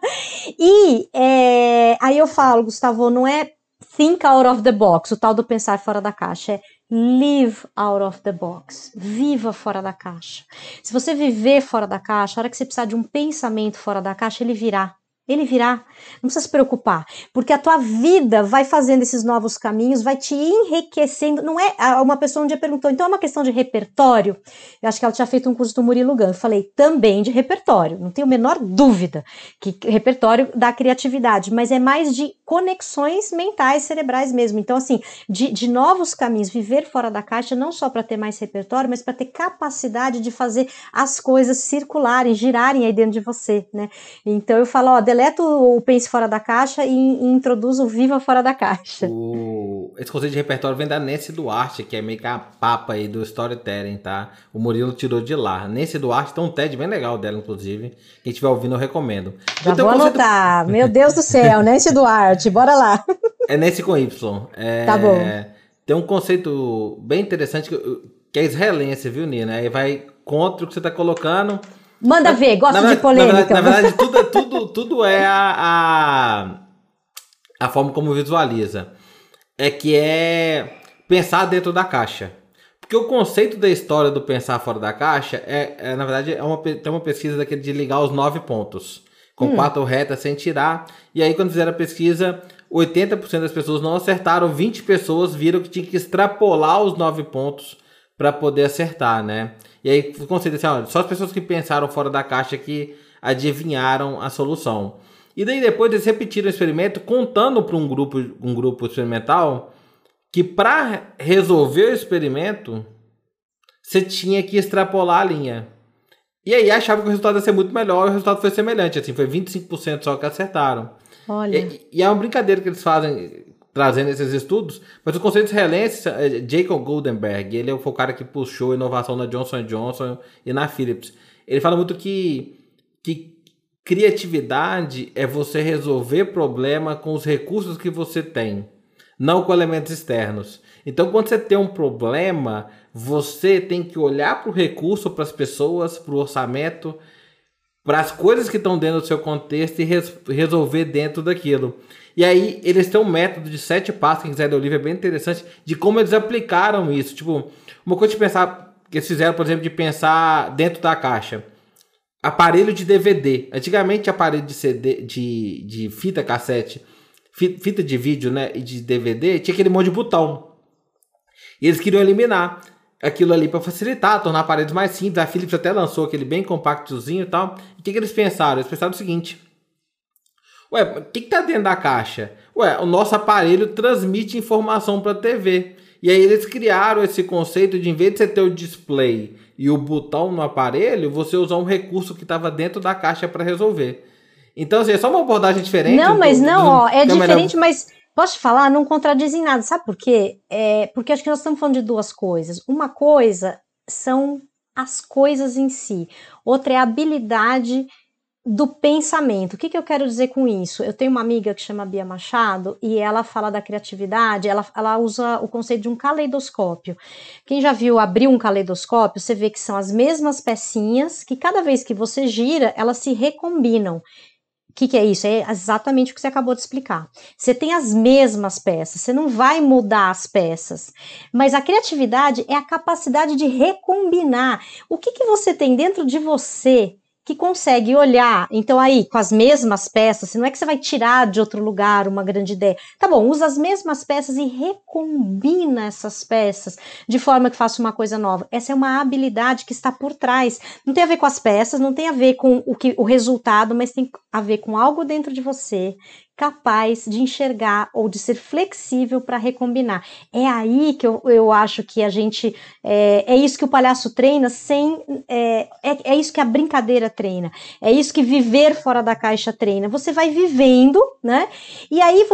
E é, aí eu falo, Gustavo, não é think out of the box, o tal do pensar fora da caixa, é live out of the box, viva fora da caixa. Se você viver fora da caixa, a hora que você precisar de um pensamento fora da caixa, ele virá. Ele virá, não precisa se preocupar, porque a tua vida vai fazendo esses novos caminhos, vai te enriquecendo, não é, uma pessoa um dia perguntou, então é uma questão de repertório? Eu acho que ela tinha feito um curso do Murilo Gun, eu falei, também de repertório, não tenho a menor dúvida que repertório dá criatividade, mas é mais de conexões mentais, cerebrais mesmo, então assim, de, de novos caminhos, viver fora da caixa, não só para ter mais repertório, mas para ter capacidade de fazer as coisas circularem, girarem aí dentro de você, né, então eu falo, ó, deleta o pense fora da caixa e, e introduz o viva fora da caixa. O... Esse conceito de repertório vem da Nancy Duarte, que é meio que a papa aí do storytelling, tá? O Murilo tirou de lá. Nancy Duarte tem um TED bem legal dela, inclusive. Quem estiver ouvindo, eu recomendo. Já então, vou conceito... anotar. Meu Deus do céu, Nancy Duarte, bora lá. É Nancy com Y. É... Tá bom. Tem um conceito bem interessante que, que é israelense, viu, Nina? Aí vai contra o que você tá colocando... Manda na, ver, gosto na, de polêmica. Na verdade, na verdade tudo, tudo, tudo é a, a, a forma como visualiza. É que é pensar dentro da caixa. Porque o conceito da história do pensar fora da caixa é, é na verdade, é uma, tem uma pesquisa daquele de ligar os nove pontos. Com hum. quatro retas sem tirar. E aí, quando fizeram a pesquisa, oitenta por cento das pessoas não acertaram, vinte pessoas viram que tinha que extrapolar os nove pontos para poder acertar, né? E aí o conceito assim, ó, só as pessoas que pensaram fora da caixa que adivinharam a solução. E daí depois eles repetiram o experimento contando para um grupo, um grupo experimental que para resolver o experimento você tinha que extrapolar a linha. E aí achava que o resultado ia ser muito melhor e o resultado foi semelhante, assim, foi vinte e cinco por cento só que acertaram. Olha. E, e é uma brincadeira que eles fazem trazendo esses estudos, mas o conceito israelense, Jacob Goldenberg, ele foi o cara que puxou inovação na Johnson and Johnson e na Philips. Ele fala muito que, que criatividade é você resolver problema com os recursos que você tem, não com elementos externos. Então, quando você tem um problema, você tem que olhar para o recurso, para as pessoas, para o orçamento, para as coisas que estão dentro do seu contexto e res- resolver dentro daquilo. E aí, eles têm um método de sete passos, quem quiser ler o livro é bem interessante, de como eles aplicaram isso. Tipo, uma coisa de pensar, que eles fizeram, por exemplo, de pensar dentro da caixa. Aparelho de D V D. Antigamente, aparelho de C D, de, de fita cassete, fita de vídeo, né, e de D V D, tinha aquele monte de botão. E eles queriam eliminar aquilo ali para facilitar, tornar aparelhos mais simples. A Philips até lançou aquele bem compactozinho e tal. E o que, que eles pensaram? Eles pensaram o seguinte: ué, o que, que tá dentro da caixa? Ué, o nosso aparelho transmite informação para a T V. E aí eles criaram esse conceito de, em vez de você ter o display e o botão no aparelho, você usar um recurso que estava dentro da caixa para resolver. Então, assim, é só uma abordagem diferente. Não, mas do, não, do, ó, é do, diferente, mas posso te falar, não contradiz em nada, sabe por quê? É, porque acho que nós estamos falando de duas coisas. Uma coisa são as coisas em si, outra é a habilidade do pensamento. O que, que eu quero dizer com isso? Eu tenho uma amiga que chama Bia Machado e ela fala da criatividade, ela, ela usa o conceito de um caleidoscópio. Quem já viu abrir um caleidoscópio, você vê que são as mesmas pecinhas que cada vez que você gira, elas se recombinam. O que, que é isso? É exatamente o que você acabou de explicar. Você tem as mesmas peças, você não vai mudar as peças. Mas a criatividade é a capacidade de recombinar. O que, que você tem dentro de você que consegue olhar, então aí, com as mesmas peças, não é que você vai tirar de outro lugar uma grande ideia. Tá bom, usa as mesmas peças e recombina essas peças de forma que faça uma coisa nova. Essa é uma habilidade que está por trás. Não tem a ver com as peças, não tem a ver com o, que, o resultado, mas tem a ver com algo dentro de você capaz de enxergar ou de ser flexível para recombinar. É aí que eu, eu acho que a gente, é, é isso que o palhaço treina sem, é, é, é isso que a brincadeira treina, é isso que viver fora da caixa treina. Você vai vivendo, né, e aí você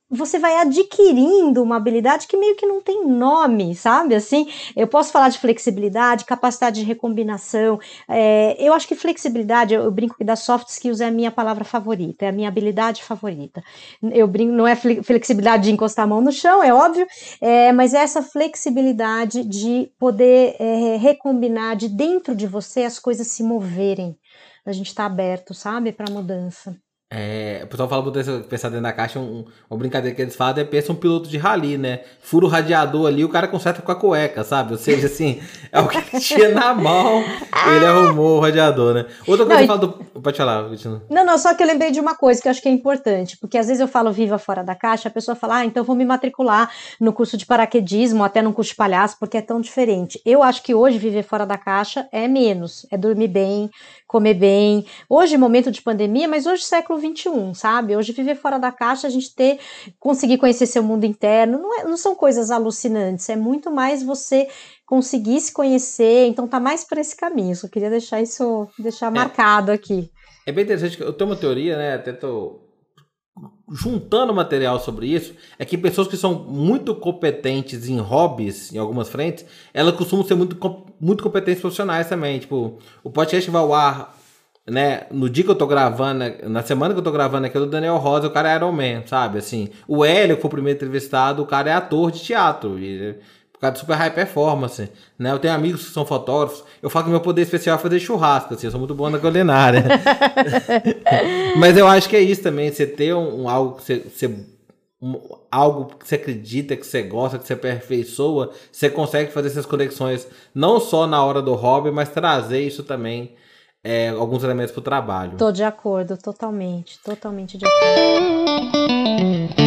você vai adquirindo uma habilidade que meio que não tem nome, sabe? Assim, eu posso falar de flexibilidade, capacidade de recombinação. É, eu acho que flexibilidade, eu, eu brinco que das soft skills é a minha palavra favorita, é a minha habilidade favorita. Eu brinco, não é flexibilidade de encostar a mão no chão, é óbvio, é, mas é essa flexibilidade de poder é, recombinar de dentro de você as coisas se moverem. A gente tá aberto, sabe, para mudança. É, o pessoal fala muito desse pensar dentro da caixa, um, uma brincadeira que eles falam é pensa um piloto de rally, né? Fura o radiador ali, o cara conserta com a cueca, sabe? Ou seja, assim, é o que ele tinha na mão, ele arrumou o radiador, né? Outra coisa não, que eu falo do... Pode falar, Cristina. Não, não, só que eu lembrei de uma coisa que eu acho que é importante, porque às vezes eu falo viva fora da caixa, a pessoa fala, ah, então vou me matricular no curso de paraquedismo, até no curso de palhaço, porque é tão diferente. Eu acho que hoje viver fora da caixa é menos, é dormir bem, comer bem. Hoje, momento de pandemia, mas hoje século vinte e um, sabe? Hoje viver fora da caixa, a gente ter, conseguir conhecer seu mundo interno, não, é, não são coisas alucinantes, é muito mais você conseguir se conhecer, então tá mais para esse caminho. Só queria deixar isso, deixar é, marcado aqui. É bem interessante, eu tenho uma teoria, né? Até tô juntando material sobre isso, é que pessoas que são muito competentes em hobbies, em algumas frentes, elas costumam ser muito, muito competentes profissionais também. Tipo, o podcast vai ao ar, né, no dia que eu tô gravando, na semana que eu tô gravando aqui, é do Daniel Rosa, o cara é Iron Man, sabe? Assim, o Hélio, que foi o primeiro entrevistado, o cara é ator de teatro, e, por causa de super high performance, né? Eu tenho amigos que são fotógrafos, eu falo que meu poder especial é fazer churrasco, assim, eu sou muito bom na culinária. Mas eu acho que é isso também, você ter um, um algo que você, você um, algo que você acredita, que você gosta, que você aperfeiçoa, você consegue fazer essas conexões não só na hora do hobby, mas trazer isso também, é, alguns elementos para o trabalho. Tô de acordo, totalmente, totalmente de acordo.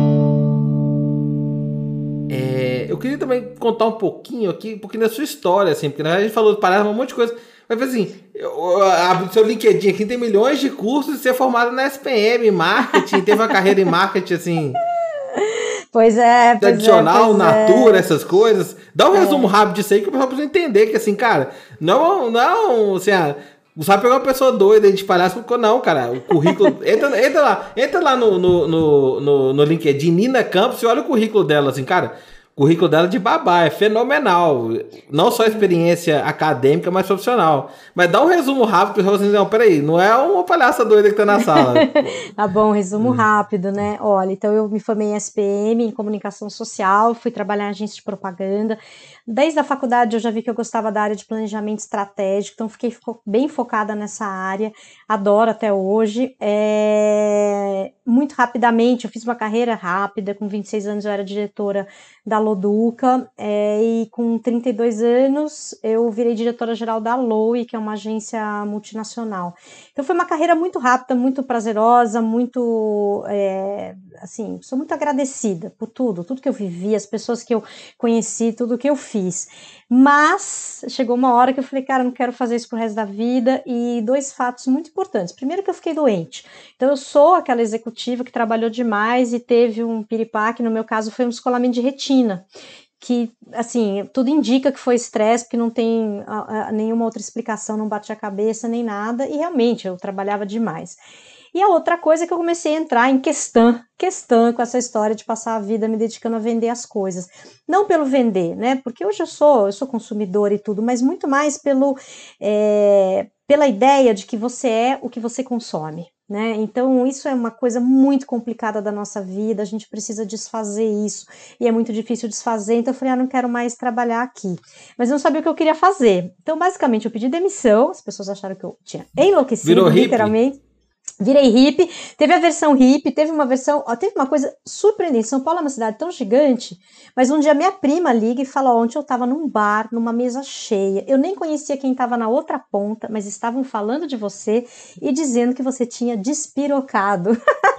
É, eu queria também contar um pouquinho aqui, um pouquinho da sua história, assim, porque na verdade a gente falou, parece um monte de coisa, mas assim, eu abro o seu LinkedIn aqui, tem milhões de cursos, e você é formado na S P M, marketing, teve uma carreira em marketing, assim... Pois é, pois tradicional, é, pois Natura, é. essas coisas. Dá um é. resumo rápido disso aí, que o pessoal precisa entender, que assim, cara, não, não, assim, ah, não sabe pegar uma pessoa doida de palhaço, não, cara, o currículo, entra, entra lá, entra lá no, no, no, no, no LinkedIn, Nina Campos, e olha o currículo dela, assim, cara, o currículo dela de babá, é fenomenal, não só experiência acadêmica, mas profissional. Mas dá um resumo rápido, para você dizer, não, peraí, não é uma palhaça doida que tá na sala. Tá bom, resumo rápido, né? Olha, então eu me formei em S P M, em comunicação social, fui trabalhar em agência de propaganda. Desde a faculdade eu já vi que eu gostava da área de planejamento estratégico, então fiquei fo- bem focada nessa área, adoro até hoje. É... Muito rapidamente, eu fiz uma carreira rápida, com vinte e seis anos eu era diretora da Loduca, é, e com trinta e dois anos eu virei diretora-geral da Loe, que é uma agência multinacional. Então foi uma carreira muito rápida, muito prazerosa, muito, é, assim, sou muito agradecida por tudo, tudo que eu vivi, as pessoas que eu conheci, tudo que eu fiz. Mas chegou uma hora que eu falei, cara, eu não quero fazer isso pro resto da vida, e dois fatos muito importantes. Primeiro que eu fiquei doente. Então eu sou aquela executiva que trabalhou demais e teve um piripaque, no meu caso foi um descolamento de retina, que, assim, tudo indica que foi estresse, porque não tem a, a, nenhuma outra explicação, não bate a cabeça nem nada, e realmente eu trabalhava demais. E a outra coisa é que eu comecei a entrar em questão, questão com essa história de passar a vida me dedicando a vender as coisas. Não pelo vender, né? Porque hoje eu sou, eu sou consumidora e tudo, mas muito mais pelo, é, pela ideia de que você é o que você consome. Né? Então isso é uma coisa muito complicada da nossa vida, a gente precisa desfazer isso, e é muito difícil desfazer, então eu falei, ah, não quero mais trabalhar aqui, mas eu não sabia o que eu queria fazer, então basicamente eu pedi demissão, as pessoas acharam que eu tinha enlouquecido, Virou literalmente, hippie. Virei hippie, teve a versão hippie, teve uma versão, ó, teve uma coisa surpreendente, São Paulo é uma cidade tão gigante, mas um dia minha prima liga e fala, ontem eu tava num bar, numa mesa cheia, eu nem conhecia quem tava na outra ponta, mas estavam falando de você e dizendo que você tinha despirocado.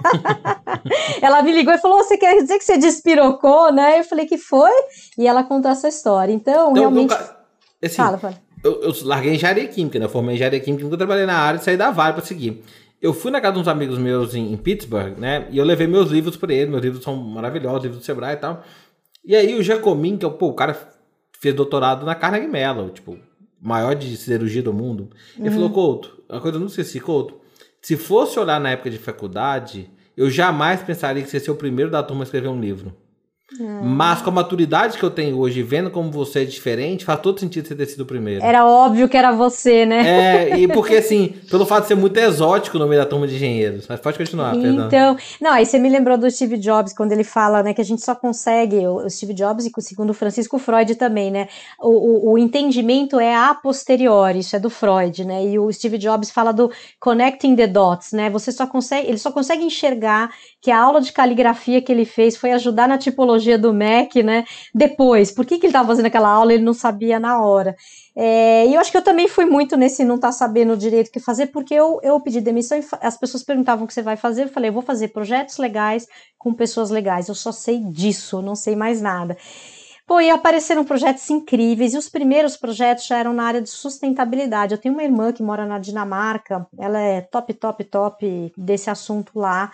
Ela me ligou e falou, você quer dizer que você despirocou, né? Eu falei que foi, e ela contou essa história, então, então realmente... Nunca... Assim, fala, fala. Eu, eu larguei engenharia química, né? Eu formei em engenharia química, nunca trabalhei na área e saí da Vale pra seguir. Eu fui na casa de uns amigos meus em, em Pittsburgh, né? E eu levei meus livros pra eles. Meus livros são maravilhosos, livros do Sebrae e tal. E aí o Jacomin, que é pô, o cara fez doutorado na Carnegie Mellon, tipo, maior de siderurgia do mundo. Ele uhum. falou, Couto, uma coisa eu não esqueci, Couto, se fosse olhar na época de faculdade, eu jamais pensaria que você ia ser o primeiro da turma a escrever um livro. Hum. Mas com a maturidade que eu tenho hoje, vendo como você é diferente, faz todo sentido você ter sido o primeiro. Era óbvio que era você, né? É, e porque assim, pelo fato de ser muito exótico no meio da turma de engenheiros. Mas pode continuar, perdão. Então, não, aí você me lembrou do Steve Jobs, quando ele fala, né, que a gente só consegue, o Steve Jobs e segundo o Francisco Freud também, né, o, o, o entendimento é a posteriori, isso é do Freud, né, e o Steve Jobs fala do connecting the dots, né, você só consegue, ele só consegue enxergar que a aula de caligrafia que ele fez foi ajudar na tipologia do Mac, né, depois, por que que ele estava fazendo aquela aula, ele não sabia na hora. É, e eu acho que eu também fui muito nesse não tá sabendo direito o que fazer, porque eu, eu pedi demissão e as pessoas perguntavam o que você vai fazer, eu falei, eu vou fazer projetos legais com pessoas legais, eu só sei disso, não sei mais nada. Pô, e apareceram projetos incríveis, e os primeiros projetos já eram na área de sustentabilidade. Eu tenho uma irmã que mora na Dinamarca, ela é top, top, top desse assunto lá,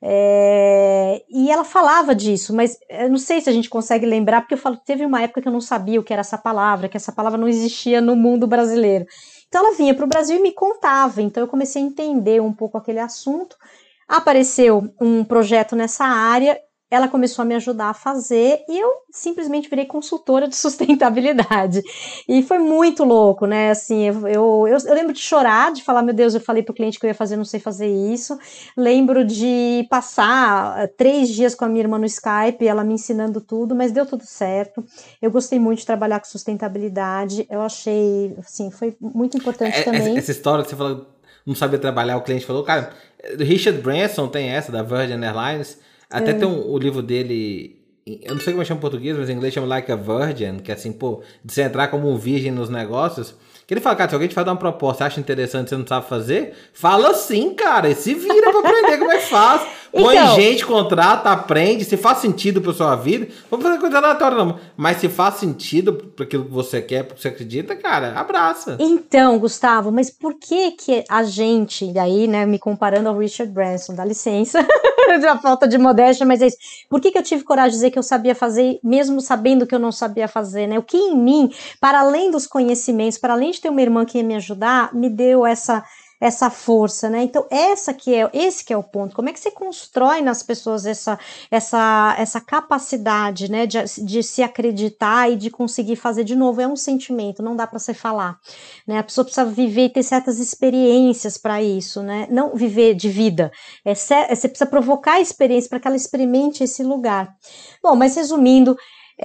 é, e ela falava disso, mas eu não sei se a gente consegue lembrar, porque eu falo, teve uma época que eu não sabia o que era essa palavra, que essa palavra não existia no mundo brasileiro. Então ela vinha para o Brasil e me contava, então eu comecei a entender um pouco aquele assunto. Apareceu um projeto nessa área, ela começou a me ajudar a fazer e eu simplesmente virei consultora de sustentabilidade. E foi muito louco, né? Assim, eu, eu, eu, eu lembro de chorar, de falar, meu Deus, eu falei pro cliente que eu ia fazer, não sei fazer isso. Lembro de passar três dias com a minha irmã no Skype, ela me ensinando tudo, mas deu tudo certo. Eu gostei muito de trabalhar com sustentabilidade. Eu achei, assim, foi muito importante é, também. Essa, essa história que você falou, não sabia trabalhar, o cliente falou, cara, Richard Branson tem essa, da Virgin Airlines. Até é. tem um, o livro dele, eu não sei como é chama em português, mas em inglês chama Like a Virgin, que é assim, pô, de você entrar como um virgem nos negócios. Que ele fala, cara, se alguém te faz dar uma proposta, acha interessante, você não sabe fazer, fala sim, cara, e se vira pra aprender como é que faz. Põe então, gente, contrata, aprende, se faz sentido pra sua vida, vamos fazer coisa aleatória não, mas se faz sentido pra aquilo que você quer, pra que você acredita, cara, abraça. Então, Gustavo, mas por que que a gente, daí, né, me comparando ao Richard Branson, dá licença, a falta de modéstia, mas é isso, por que que eu tive coragem de dizer que eu sabia fazer, mesmo sabendo que eu não sabia fazer, né, o que em mim, para além dos conhecimentos, para além de ter uma irmã que ia me ajudar, me deu essa... essa força, né? Então, essa que é, esse que é o ponto. Como é que você constrói nas pessoas essa, essa, essa capacidade, né, de, de se acreditar e de conseguir fazer de novo? É um sentimento, não dá para você falar, né? A pessoa precisa viver e ter certas experiências para isso, né? Não viver de vida. É, você precisa provocar a experiência para que ela experimente esse lugar. Bom, mas resumindo,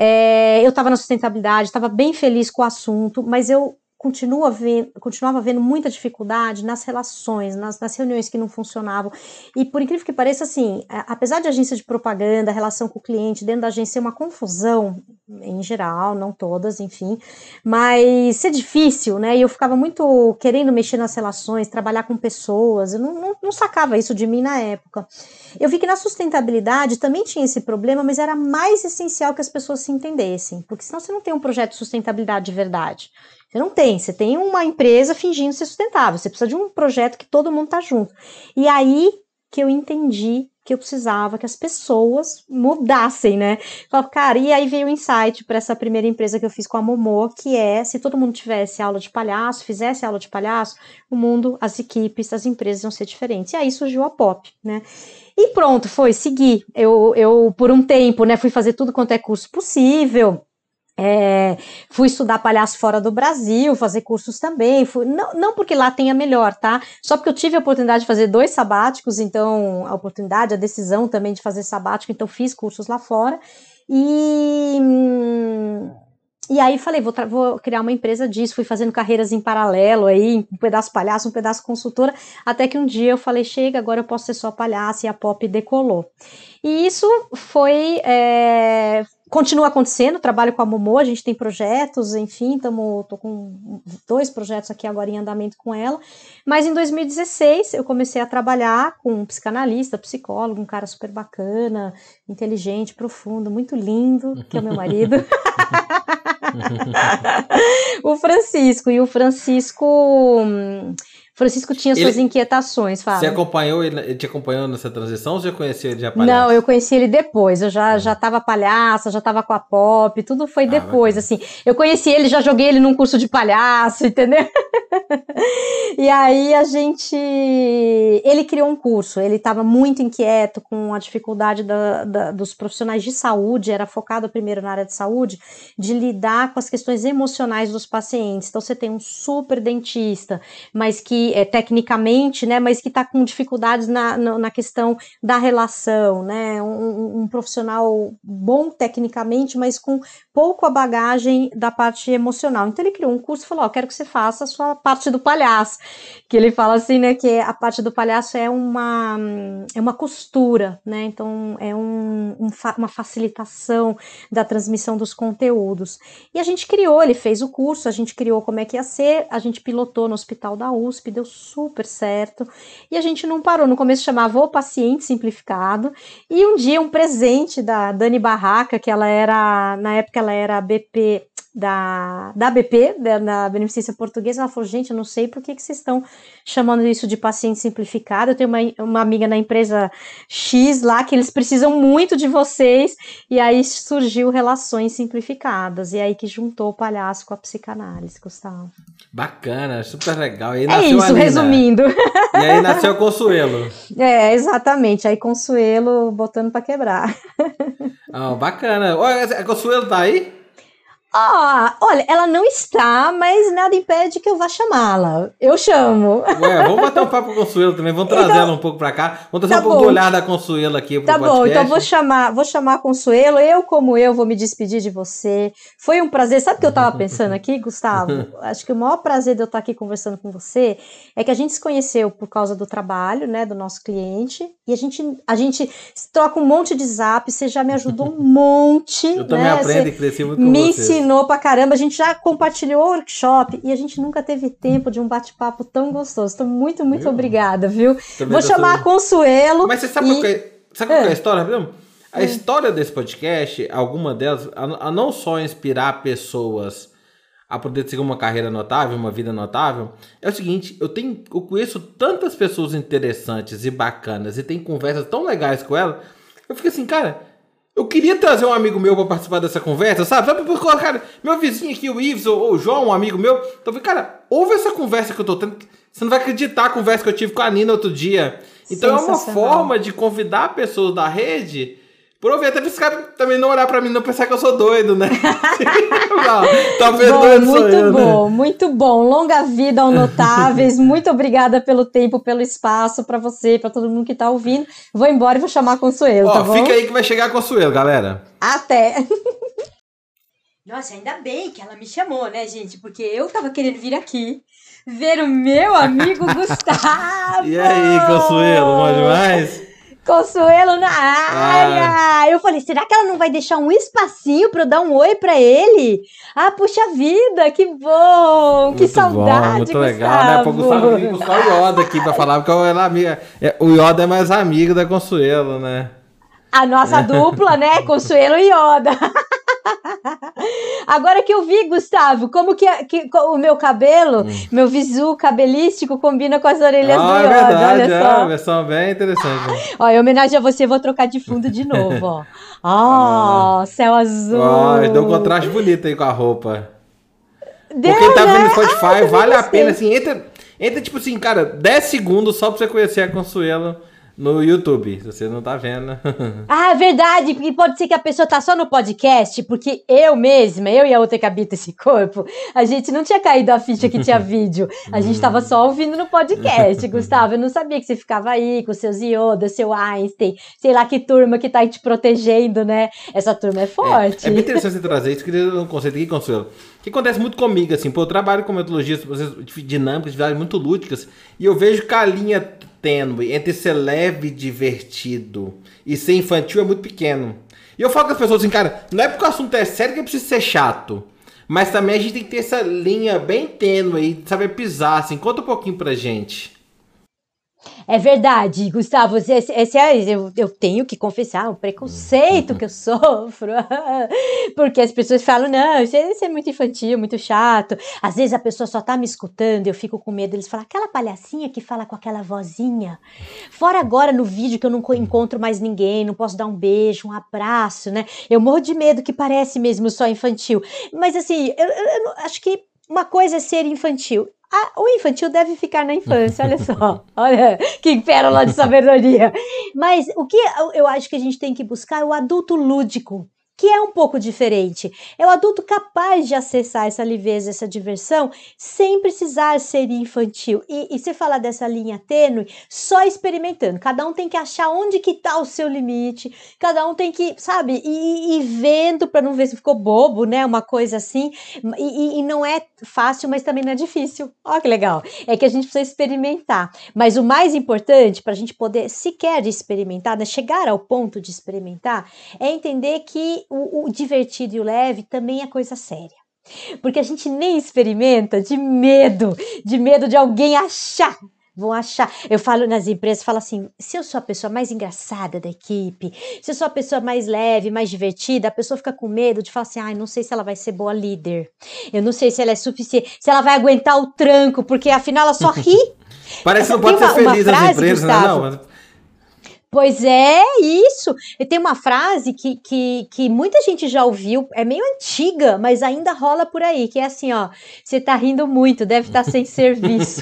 é, eu estava na sustentabilidade, estava bem feliz com o assunto, mas eu Continua vendo, continuava vendo muita dificuldade nas relações, nas, nas reuniões que não funcionavam, e por incrível que pareça, assim, apesar de agência de propaganda, a relação com o cliente dentro da agência ser uma confusão, em geral, não todas, enfim, mas ser difícil, né, e eu ficava muito querendo mexer nas relações, trabalhar com pessoas, eu não, não, não sacava isso de mim na época. Eu vi que na sustentabilidade também tinha esse problema, mas era mais essencial que as pessoas se entendessem, porque senão você não tem um projeto de sustentabilidade de verdade. Você não tem, você tem uma empresa fingindo ser sustentável, você precisa de um projeto que todo mundo tá junto. E aí que eu entendi que eu precisava que as pessoas mudassem, né? Falei, cara, e aí veio o insight para essa primeira empresa que eu fiz com a Momô, que é, se todo mundo tivesse aula de palhaço, fizesse aula de palhaço, o mundo, as equipes, as empresas iam ser diferentes. E aí surgiu a Pop, né? E pronto, foi, segui. Eu, eu por um tempo, né, fui fazer tudo quanto é curso possível. É, fui estudar palhaço fora do Brasil, fazer cursos também, fui, não, não porque lá tenha melhor, tá? Só porque eu tive a oportunidade de fazer dois sabáticos, então a oportunidade, a decisão também de fazer sabático, então fiz cursos lá fora, e, e aí falei, vou, vou criar uma empresa disso, fui fazendo carreiras em paralelo aí, um pedaço palhaço, um pedaço consultora, até que um dia eu falei, chega, agora eu posso ser só palhaço, e a Pop decolou. E isso foi... É, continua acontecendo, trabalho com a Momô, a gente tem projetos, enfim, tamo, tô com dois projetos aqui agora em andamento com ela, mas em dois mil e dezesseis eu comecei a trabalhar com um psicanalista, psicólogo, um cara super bacana, inteligente, profundo, muito lindo, que é o meu marido, o Francisco, e o Francisco Francisco tinha Ele, suas inquietações, fala. Você acompanhou ele, ele te acompanhou nessa transição ou você já conhecia ele já palhaço? Não, eu conheci ele depois, eu já, já tava palhaça, já tava com a pop, tudo foi depois, ah, assim. Eu conheci ele, já joguei ele num curso de palhaço, entendeu? E aí a gente... Ele criou um curso, ele estava muito inquieto com a dificuldade da, da, dos profissionais de saúde, era focado primeiro na área de saúde, de lidar com as questões emocionais dos pacientes. Então você tem um super dentista, mas que é tecnicamente, né, mas que está com dificuldades na, na, na questão da relação, né, um, um profissional bom tecnicamente, mas com pouco a bagagem da parte emocional. Então ele criou um curso e falou, ó, quero que você faça a sua parte do palhaço, que ele fala assim, né, que a parte do palhaço é uma, é uma costura, né, então é um, um, uma facilitação da transmissão dos conteúdos. E a gente criou, ele fez o curso, a gente criou como é que ia ser, a gente pilotou no hospital da U S P, deu super certo, e a gente não parou, no começo chamava O Paciente Simplificado, e um dia um presente da Dani Barraca, que ela era, na época ela era B P... Da, da B P, da, da Beneficência Portuguesa, ela falou, gente, eu não sei por que, que vocês estão chamando isso de paciente simplificado, eu tenho uma, uma amiga na empresa X lá, que eles precisam muito de vocês, e aí surgiu Relações Simplificadas, e aí que juntou o palhaço com a psicanálise, Gustavo. Bacana, super legal. E aí é isso, resumindo. E aí nasceu o Consuelo. É, exatamente, aí Consuelo botando pra quebrar. Oh, bacana. Olha, a Consuelo tá aí? Ah, olha, ela não está, mas nada impede que eu vá chamá-la. Eu chamo. Ué, vamos bater um papo com a Consuelo também, vamos trazer então, ela um pouco pra cá. Vamos trazer tá um pouco do olhar da Consuelo aqui pro tá podcast. Tá bom, então vou chamar, vou chamar a Consuelo, eu como eu vou me despedir de você. Foi um prazer, sabe o que eu tava pensando aqui, Gustavo? Acho que o maior prazer de eu estar aqui conversando com você é que a gente se conheceu por causa do trabalho, né, do nosso cliente, e a gente, a gente troca um monte de zap, você já me ajudou um monte. Eu também né? aprendo você e cresci muito com me vocês. ensinou pra caramba, a gente já compartilhou o workshop e a gente nunca teve tempo de um bate-papo tão gostoso. Então, muito, muito viu? Obrigada, viu? Também Vou chamar a Consuelo. Mas você sabe e... qual é, sabe qual é a história, viu? A é. história desse podcast, alguma delas, a, a não só inspirar pessoas a poder seguir uma carreira notável, uma vida notável, é o seguinte, eu, tenho, eu conheço tantas pessoas interessantes e bacanas e tenho conversas tão legais com elas, eu fico assim, cara... Eu queria trazer um amigo meu pra participar dessa conversa, sabe? Sabe por causa, cara, meu vizinho aqui, o Ives, ou o João, um amigo meu. Então eu falei, cara, ouve essa conversa que eu tô tendo. Você não vai acreditar a conversa que eu tive com a Nina outro dia. Então é uma forma de convidar pessoas da rede pra ouvir. Até pra esse cara também não olhar pra mim e não pensar que eu sou doido, né? Não, talvez bom, doido muito eu, bom, né? Muito bom. Longa vida ao Notáveis. Muito obrigada pelo tempo, pelo espaço, pra você, pra todo mundo que tá ouvindo. Vou embora e vou chamar a Consuelo, Ó, tá bom? Fica aí que vai chegar a Consuelo, galera. Até! Nossa, ainda bem que ela me chamou, né, gente? Porque eu tava querendo vir aqui ver o meu amigo Gustavo! E aí, Consuelo, bom demais? Consuelo na área! Ah. Eu falei, será que ela não vai deixar um espacinho pra eu dar um oi pra ele? Ah, puxa vida, que bom! Muito que saudade, bom, muito Gustavo. legal, né? Pô, Gustavo queria buscar o Yoda aqui pra falar, porque ela amiga, o Yoda é mais amigo da Consuelo, né? A nossa dupla, né? Consuelo e Yoda. Agora que eu vi, Gustavo, como que, que o meu cabelo, hum. meu visu cabelístico combina com as orelhas ah, do Yoda, é verdade, olha só. É uma versão bem interessante. Ó, em homenagem a você, vou trocar de fundo de novo, ó. Ó, ah, céu azul. Ó, deu um contraste bonito aí com a roupa. Deu, Porque quem tá né? vendo no Spotify, ah, vale a pena, assim, entra, entra tipo assim, cara, dez segundos só pra você conhecer a Consuelo no YouTube, se você não tá vendo. Ah, é verdade, porque pode ser que a pessoa tá só no podcast, porque eu mesma, eu e a outra que habita esse corpo, a gente não tinha caído a ficha que tinha vídeo, a gente tava só ouvindo no podcast, Gustavo, eu não sabia que você ficava aí com seus Yoda, seu Einstein, sei lá que turma que tá aí te protegendo, né? Essa turma é forte. É, é bem interessante você trazer isso, queria um conceito aqui, Consuelo, que acontece muito comigo, assim, pô, eu trabalho com metodologias dinâmicas, atividades muito lúdicas, e eu vejo que a linha tênue entre ser leve e divertido e ser infantil é muito pequeno. E eu falo com as pessoas assim, cara, não é porque o assunto é sério que precisa ser chato, mas também a gente tem que ter essa linha bem tênue e saber pisar, assim, conta um pouquinho pra gente. É verdade, Gustavo, esse, esse é, eu, eu tenho que confessar o preconceito que eu sofro, porque as pessoas falam, não, isso, isso é muito infantil, muito chato, às vezes a pessoa só tá me escutando, eu fico com medo, eles falam, aquela palhacinha que fala com aquela vozinha, fora agora no vídeo que eu não encontro mais ninguém, não posso dar um beijo, um abraço, né, eu morro de medo que parece mesmo só infantil, mas assim, eu, eu, eu acho que uma coisa é ser infantil. Ah, o infantil deve ficar na infância, olha só, olha que pérola de sabedoria. Mas o que eu acho que a gente tem que buscar é o adulto lúdico, que é um pouco diferente. É o adulto capaz de acessar essa leveza, essa diversão, sem precisar ser infantil. E, e você fala dessa linha tênue, só experimentando. Cada um tem que achar onde que tá o seu limite, cada um tem que, sabe, ir, ir vendo para não ver se ficou bobo, né, uma coisa assim. E, e, e não é fácil, mas também não é difícil. Olha que legal. É que a gente precisa experimentar. Mas o mais importante, para a gente poder sequer experimentar, né, chegar ao ponto de experimentar, é entender que O, o divertido e o leve também é coisa séria. Porque a gente nem experimenta de medo, de medo de alguém achar. Vão achar. Eu falo nas empresas, falo assim, se eu sou a pessoa mais engraçada da equipe, se eu sou a pessoa mais leve, mais divertida, a pessoa fica com medo de falar assim, ai, não sei se ela vai ser boa líder. Eu não sei se ela é suficiente, se ela vai aguentar o tranco, porque afinal ela só ri. Parece que não pode ser feliz nas empresas, né? Não, mas... Pois é, isso. E tem uma frase que, que, que muita gente já ouviu, é meio antiga, mas ainda rola por aí, que é assim, ó, você tá rindo muito, deve estar sem serviço.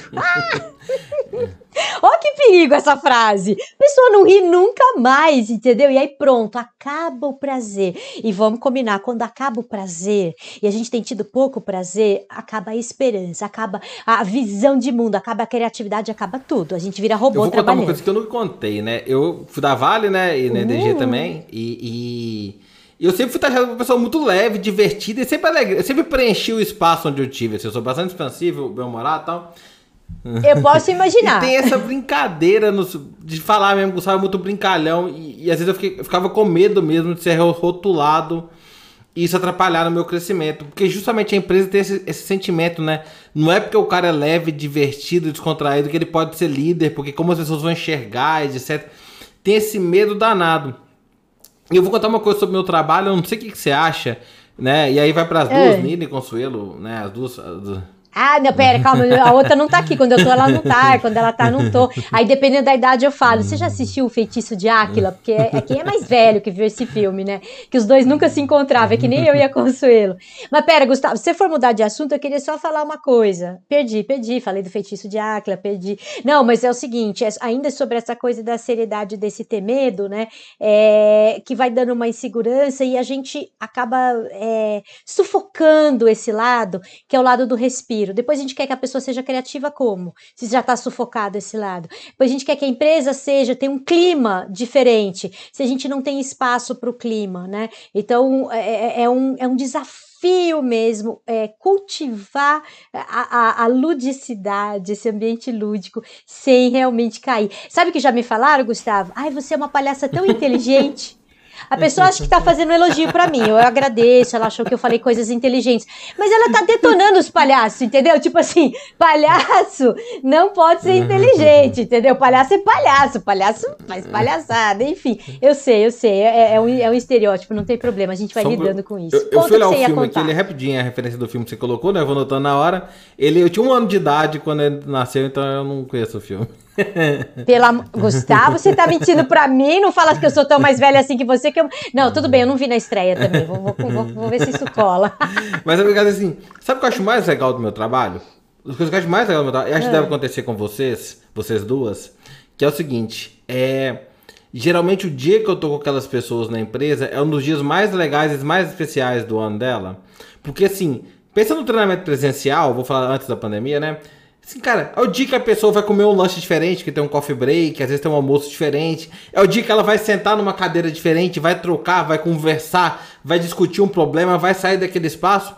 Olha que perigo essa frase. A pessoa não ri nunca mais, entendeu? E aí pronto, acaba o prazer. E vamos combinar, quando acaba o prazer, e a gente tem tido pouco prazer, acaba a esperança, acaba a visão de mundo, acaba a criatividade, acaba tudo. A gente vira robô trabalhando. Eu vou contar uma coisa que eu nunca contei, né? Eu fui da Vale, né? E na E D G também. E... e... eu sempre fui taxado como uma pessoa muito leve, divertida e sempre alegre. Eu sempre preenchi o espaço onde eu tive. Assim, eu sou bastante expansivo, bem-humorado e tal. Eu posso imaginar. E tem essa brincadeira no, de falar mesmo, Gustavo é muito brincalhão. E, e às vezes eu, fiquei, eu ficava com medo mesmo de ser rotulado e isso atrapalhar no meu crescimento. Porque justamente a empresa tem esse, esse sentimento, né? Não é porque o cara é leve, divertido, descontraído que ele pode ser líder, porque como as pessoas vão enxergar, etcétera. Tem esse medo danado. E eu vou contar uma coisa sobre o meu trabalho, eu não sei o que, que você acha, né? E aí vai para as duas, é. Nina e Consuelo, né? As duas... As duas... Ah, não, pera, calma, a outra não tá aqui, quando eu tô ela não tá, quando ela tá não tô, aí dependendo da idade eu falo, você já assistiu o Feitiço de Áquila? Porque é, é quem é mais velho que viu esse filme, né, que os dois nunca se encontravam, é que nem eu e a Consuelo. Mas pera, Gustavo, se você for mudar de assunto, eu queria só falar uma coisa, perdi, perdi, falei do Feitiço de Áquila, perdi, não, mas é o seguinte, é, ainda sobre essa coisa da seriedade desse ter medo, né, é, que vai dando uma insegurança e a gente acaba é, sufocando esse lado, que é o lado do respiro. Depois a gente quer que a pessoa seja criativa como? Se já está sufocado esse lado. Depois a gente quer que a empresa seja, tenha um clima diferente, se a gente não tem espaço para o clima, né? Então é, é, um, é um desafio mesmo é, cultivar a, a, a ludicidade, esse ambiente lúdico, sem realmente cair. Sabe o que já me falaram, Gustavo? Ai, você é uma palhaça tão inteligente. A pessoa acha que tá fazendo um elogio pra mim, eu agradeço, ela achou que eu falei coisas inteligentes, mas ela tá detonando os palhaços, entendeu? Tipo assim, palhaço não pode ser inteligente, entendeu? Palhaço é palhaço, palhaço faz palhaçada, enfim, eu sei, eu sei, é, é, um, é um estereótipo, não tem problema, a gente vai Só lidando com isso. Eu, eu fui olhar o filme aqui, ele é rapidinho, a referência do filme que você colocou, né, eu vou notando na hora, ele, eu tinha um ano de idade quando ele nasceu, então eu não conheço o filme. Pela... Gustavo, você tá mentindo pra mim? Não fala que eu sou tão mais velha assim que você que eu... Não, tudo bem, eu não vi na estreia também. Vou, vou, vou, vou ver se isso cola. Mas é verdade assim, sabe o que eu acho mais legal do meu trabalho? As coisas que eu acho mais legal do meu trabalho, e acho que deve acontecer com vocês, vocês duas, que é o seguinte, é... geralmente o dia que eu tô com aquelas pessoas na empresa é um dos dias mais legais e mais especiais do ano dela. Porque assim, pensa no treinamento presencial, vou falar antes da pandemia, né? Assim, cara, é o dia que a pessoa vai comer um lanche diferente, que tem um coffee break, às vezes tem um almoço diferente. É o dia que ela vai sentar numa cadeira diferente, vai trocar, vai conversar, vai discutir um problema, vai sair daquele espaço.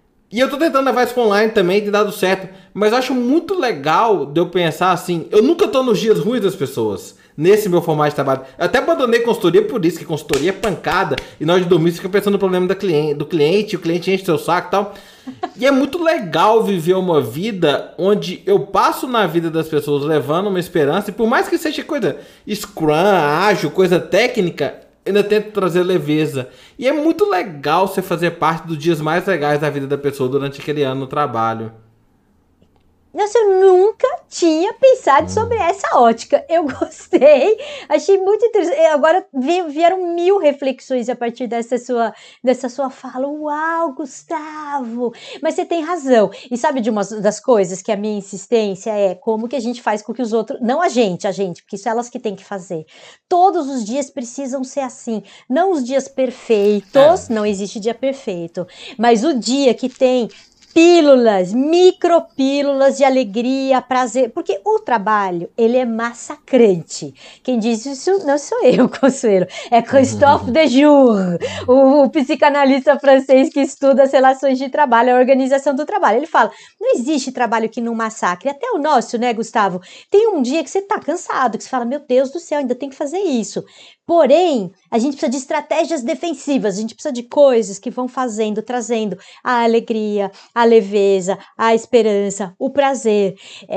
E eu tô tentando levar isso online também, tem dado certo. Mas eu acho muito legal de eu pensar assim, eu nunca tô nos dias ruins das pessoas, nesse meu formato de trabalho. Eu até abandonei consultoria por isso, que consultoria é pancada, e na hora de dormir você fica pensando no problema da cliente, do cliente, o cliente enche seu saco e tal. E é muito legal viver uma vida onde eu passo na vida das pessoas levando uma esperança, e por mais que seja coisa Scrum, ágil, coisa técnica, eu ainda tento trazer leveza. E é muito legal você fazer parte dos dias mais legais da vida da pessoa durante aquele ano no trabalho. Nossa, eu nunca tinha pensado sobre essa ótica. Eu gostei, achei muito interessante. Agora vieram mil reflexões a partir dessa sua, dessa sua fala. Uau, Gustavo! Mas você tem razão. E sabe de uma das coisas que a minha insistência é como que a gente faz com que os outros... Não a gente, a gente, porque isso é elas que têm que fazer. Todos os dias precisam ser assim. Não os dias perfeitos, é. Não existe dia perfeito. Mas o dia que tem... pílulas, micropílulas de alegria, prazer, porque o trabalho, ele é massacrante. Quem diz isso não sou eu, Consuelo, é Christophe Dejour, o, o psicanalista francês que estuda as relações de trabalho, a organização do trabalho. Ele fala, não existe trabalho que não massacre, até o nosso, né, Gustavo? Tem um dia que você tá cansado, que você fala, meu Deus do céu, ainda tem que fazer isso. Porém, a gente precisa de estratégias defensivas, a gente precisa de coisas que vão fazendo, trazendo a alegria, a leveza, a esperança, o prazer.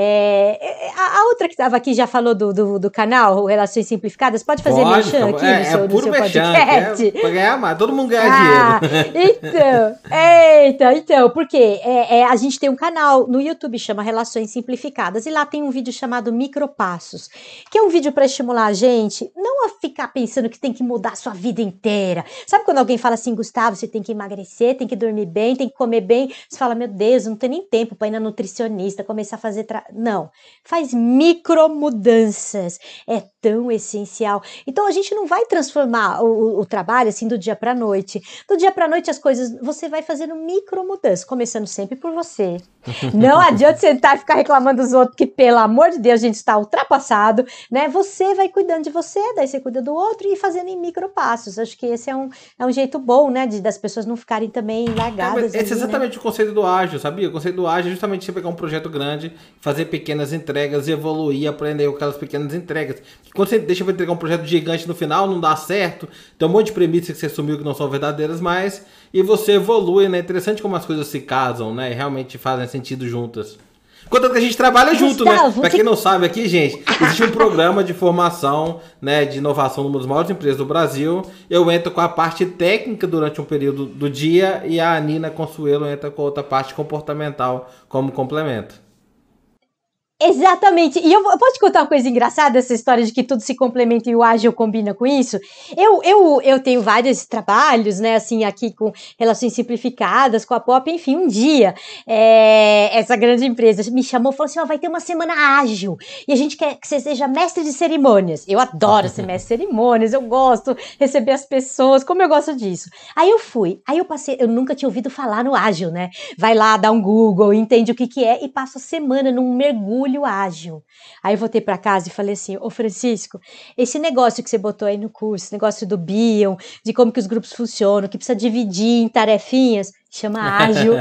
É, a, a outra que estava aqui já falou do, do, do canal, Relações Simplificadas, pode fazer pode, merchan aqui é, no seu, é puro no seu merchan, podcast? É, pra ganhar mais, todo mundo ganha ah, dinheiro. Então, eita, então, porque é, é, a gente tem um canal no YouTube, chama Relações Simplificadas, e lá tem um vídeo chamado Micropassos, que é um vídeo para estimular a gente, não a ficar pensando que tem que mudar a sua vida inteira. Sabe quando alguém fala assim, Gustavo, você tem que emagrecer, tem que dormir bem, tem que comer bem, você fala, meu Deus, não tem nem tempo para ir na nutricionista, começar a fazer... Tra... Não, faz micromudanças, é tão essencial. Então a gente não vai transformar o, o trabalho assim do dia para noite. Do dia para noite as coisas, você vai fazendo micromudanças, começando sempre por você. Não adianta sentar e ficar reclamando dos outros, que pelo amor de Deus a gente está ultrapassado, né? Você vai cuidando de você, daí você cuida do outro e fazendo em micropassos. Acho que esse é um, é um jeito bom, né, de, das pessoas não ficarem também largadas. É, esse ali, é exatamente, né, o conceito do ágil, sabia? O conceito do ágil é justamente você pegar um projeto grande, fazer pequenas entregas, evoluir, aprender com aquelas pequenas entregas. Porque quando você deixa pra entregar um projeto gigante no final, não dá certo, tem um monte de premissas que você assumiu que não são verdadeiras mais, e você evolui, né? É interessante como as coisas se casam, né? E realmente fazem sentido juntas. Contanto que a gente trabalha junto, Gustavo, né? Pra quem não sabe aqui, gente, existe um programa de formação, né, de inovação numa das maiores empresas do Brasil. Eu entro com a parte técnica durante um período do dia e a Nina Consuelo entra com a outra parte comportamental como complemento. Exatamente, e eu, eu posso te contar uma coisa engraçada, essa história de que tudo se complementa e o ágil combina com isso? Eu, eu, eu tenho vários trabalhos, né, assim, aqui com relações simplificadas, com a Pop, enfim, um dia, é, essa grande empresa me chamou e falou assim, ó, oh, vai ter uma semana ágil, e a gente quer que você seja mestre de cerimônias. Eu adoro ser mestre de cerimônias, eu gosto de receber as pessoas, como eu gosto disso. Aí eu fui, aí eu passei, eu nunca tinha ouvido falar no ágil, né, vai lá, dá um Google, entende o que que é, e passa a semana num mergulho ágil. Aí eu voltei para casa e falei assim, ô Francisco, esse negócio que você botou aí no curso, esse negócio do Bion, de como que os grupos funcionam, que precisa dividir em tarefinhas, chama ágil.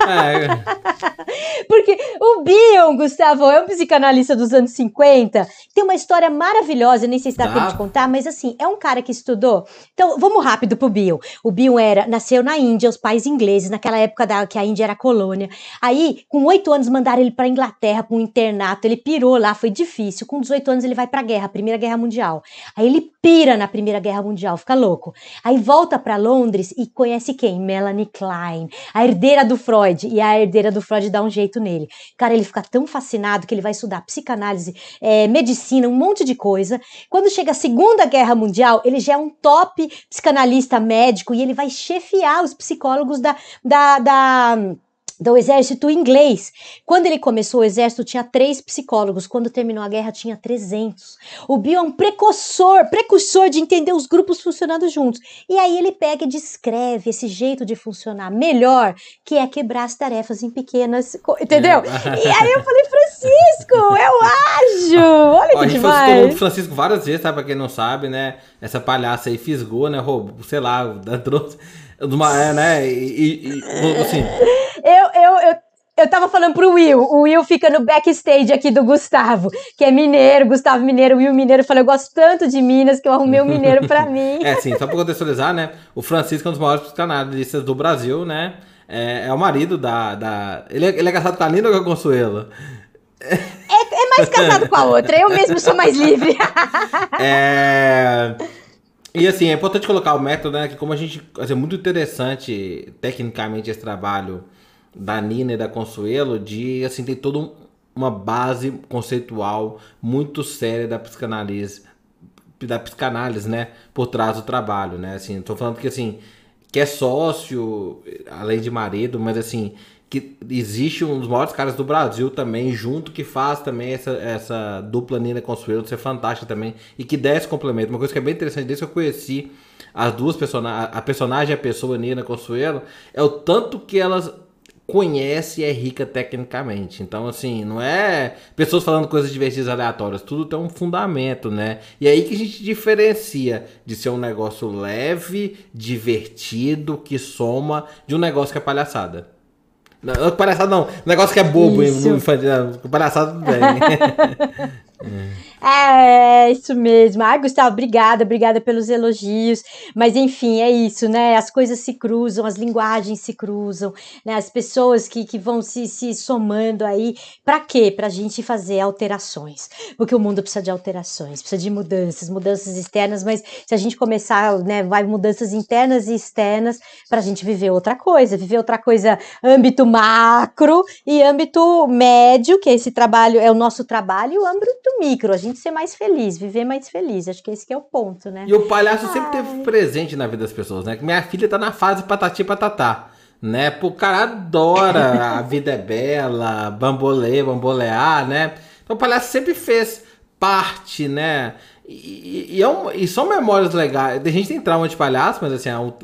Porque o Bion, Gustavo, é um psicanalista dos anos cinquenta, tem uma história maravilhosa, nem sei se dá ah. pra te contar, mas assim, é um cara que estudou. Então, vamos rápido pro Bion. O Bion era, nasceu na Índia, os pais ingleses, naquela época da, que a Índia era colônia. Aí, com oito anos, mandaram ele pra Inglaterra, pra um internato, ele pirou lá, foi difícil. Com dezoito anos, ele vai pra guerra, Primeira Guerra Mundial. Aí ele pira na Primeira Guerra Mundial, fica louco. Aí volta pra Londres e conhece quem? Melanie Klein, a herdeira do Freud, e a herdeira do Freud dá um jeito nele. Cara, ele fica tão fascinado que ele vai estudar psicanálise, é, medicina, um monte de coisa. Quando chega a Segunda Guerra Mundial, ele já é um top psicanalista médico e ele vai chefiar os psicólogos da... da, da do exército inglês. Quando ele começou o exército tinha três psicólogos, quando terminou a guerra tinha trezentos. O Bion é um precursor, precursor de entender os grupos funcionando juntos. E aí ele pega e descreve esse jeito de funcionar melhor, que é quebrar as tarefas em pequenas, entendeu? E aí eu falei, Francisco, é o ágil, olha Ó, que a gente demais. falou do Francisco várias vezes, tá? Pra quem não sabe, né? Essa palhaça aí fisgou, né? Roubou, sei lá, trouxe... Uma, é, né? E, e, assim. Eu, eu, eu, eu tava falando pro Will, o Will fica no backstage aqui do Gustavo, que é mineiro, Gustavo Mineiro, Will Mineiro. Eu falei, eu gosto tanto de Minas que eu arrumei um mineiro pra mim. É, sim, só pra contextualizar, né? O Francisco é um dos maiores psicanalistas do Brasil, né? É, é o marido da... da... Ele, é, ele é casado com a Nina ou com a Consuelo? É, é mais casado com a outra, eu mesmo sou mais livre. É... E assim, é importante colocar o método, né? Que como a gente... Assim, é muito interessante, tecnicamente, esse trabalho da Nina e da Consuelo, de, assim, tem toda um, uma base conceitual muito séria da psicanálise, da psicanálise, né? Por trás do trabalho, né? Assim, tô falando que, assim, que é sócio, além de marido, mas, assim... que existe um dos maiores caras do Brasil também, junto, que faz também essa, essa dupla Nina Consuelo ser fantástica também, e que dá esse complemento. Uma coisa que é bem interessante, desde que eu conheci as duas personagens, a personagem e a pessoa Nina Consuelo, é o tanto que elas conhecem e é rica tecnicamente. Então, assim, não é pessoas falando coisas divertidas aleatórias, tudo tem um fundamento, né? E é aí que a gente diferencia de ser um negócio leve, divertido, que soma, de um negócio que é palhaçada. Não, palhaçada não, negócio que é bobo, Isso. infantil, palhaçada tudo bem. É, isso mesmo. Ai, Gustavo, obrigada, obrigada pelos elogios. Mas enfim, é isso, né? As coisas se cruzam, as linguagens se cruzam, né? As pessoas que, que vão se, se somando aí. Pra quê? Pra gente fazer alterações. Porque o mundo precisa de alterações, precisa de mudanças, mudanças externas, mas se a gente começar, né, vai mudanças internas e externas pra gente viver outra coisa, viver outra coisa, âmbito macro e âmbito médio, que esse trabalho é o nosso trabalho, e o âmbito micro, a gente ser mais feliz, viver mais feliz, acho que esse que é o ponto, né? E o palhaço Ai. sempre teve presente na vida das pessoas, né? Minha filha tá na fase patati patatá, né? Pô, o cara adora A Vida é Bela, bambolê, bambolear, né? Então o palhaço sempre fez parte, né? E, e, é um, e são memórias legais. A gente tem trauma de palhaço, mas assim, é um,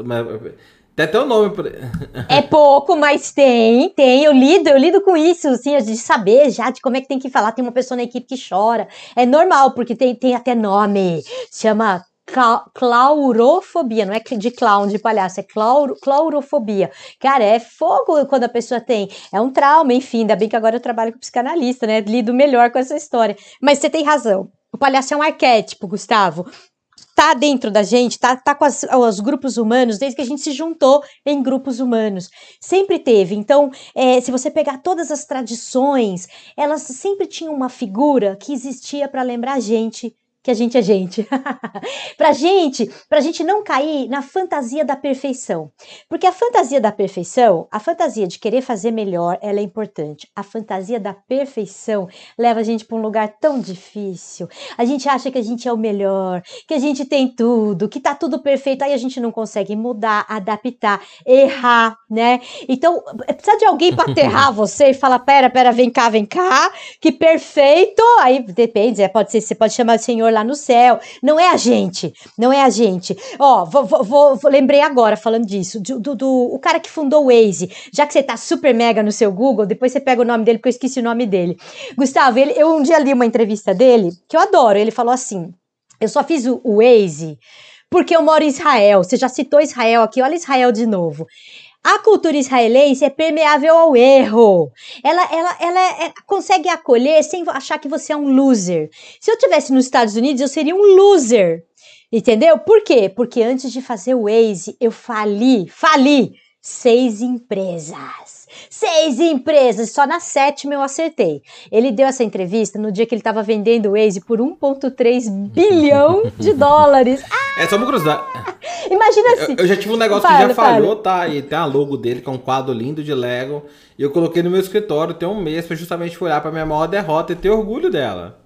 tem até o nome. Pra... É pouco, mas tem, tem. Eu lido, eu lido com isso, assim, de saber já de como é que tem que falar. Tem uma pessoa na equipe que chora. É normal, porque tem, tem até nome. Chama claurofobia, não é de clown, de palhaço, é clauro, claurofobia. Cara, é fogo quando a pessoa tem. É um trauma, enfim. Ainda bem que agora eu trabalho com psicanalista, né? Lido melhor com essa história. Mas você tem razão. O palhaço é um arquétipo, Gustavo. Tá dentro da gente, tá, tá com as, os grupos humanos, desde que a gente se juntou em grupos humanos. Sempre teve. Então, é, se você pegar todas as tradições, elas sempre tinham uma figura que existia para lembrar a gente que a gente é gente. pra gente, pra gente não cair na fantasia da perfeição. Porque a fantasia da perfeição, a fantasia de querer fazer melhor, ela é importante. A fantasia da perfeição leva a gente para um lugar tão difícil. A gente acha que a gente é o melhor, que a gente tem tudo, que tá tudo perfeito, aí a gente não consegue mudar, adaptar, errar, né? Então, precisa de alguém para aterrar você e falar, pera, pera, vem cá, vem cá, que perfeito. Aí depende, é, pode ser, você pode chamar o Senhor lá no céu, não é a gente, não é a gente. Ó, vou, vou, vou, lembrei agora, falando disso, do, do, do o cara que fundou o Waze, já que você tá super mega no seu Google, depois você pega o nome dele, porque eu esqueci o nome dele. Gustavo, ele, eu um dia li uma entrevista dele, que eu adoro, ele falou assim, eu só fiz o, o Waze porque eu moro em Israel, você já citou Israel aqui, olha Israel de novo. A cultura israelense é permeável ao erro. Ela, ela, ela é, é, consegue acolher sem achar que você é um loser. Se eu estivesse nos Estados Unidos, eu seria um loser. Entendeu? Por quê? Porque antes de fazer o Waze, eu fali, fali seis empresas. Seis empresas, só na sétima eu acertei. Ele deu essa entrevista no dia que ele estava vendendo o Waze por um vírgula três bilhão de dólares. Ah, é só uma curiosidade. Imagina assim. Eu, eu já tive um negócio fala, que já falhou, fala. Tá? E tem a logo dele, que é um quadro lindo de Lego. E eu coloquei no meu escritório tem um mês pra justamente olhar pra minha maior derrota e ter orgulho dela.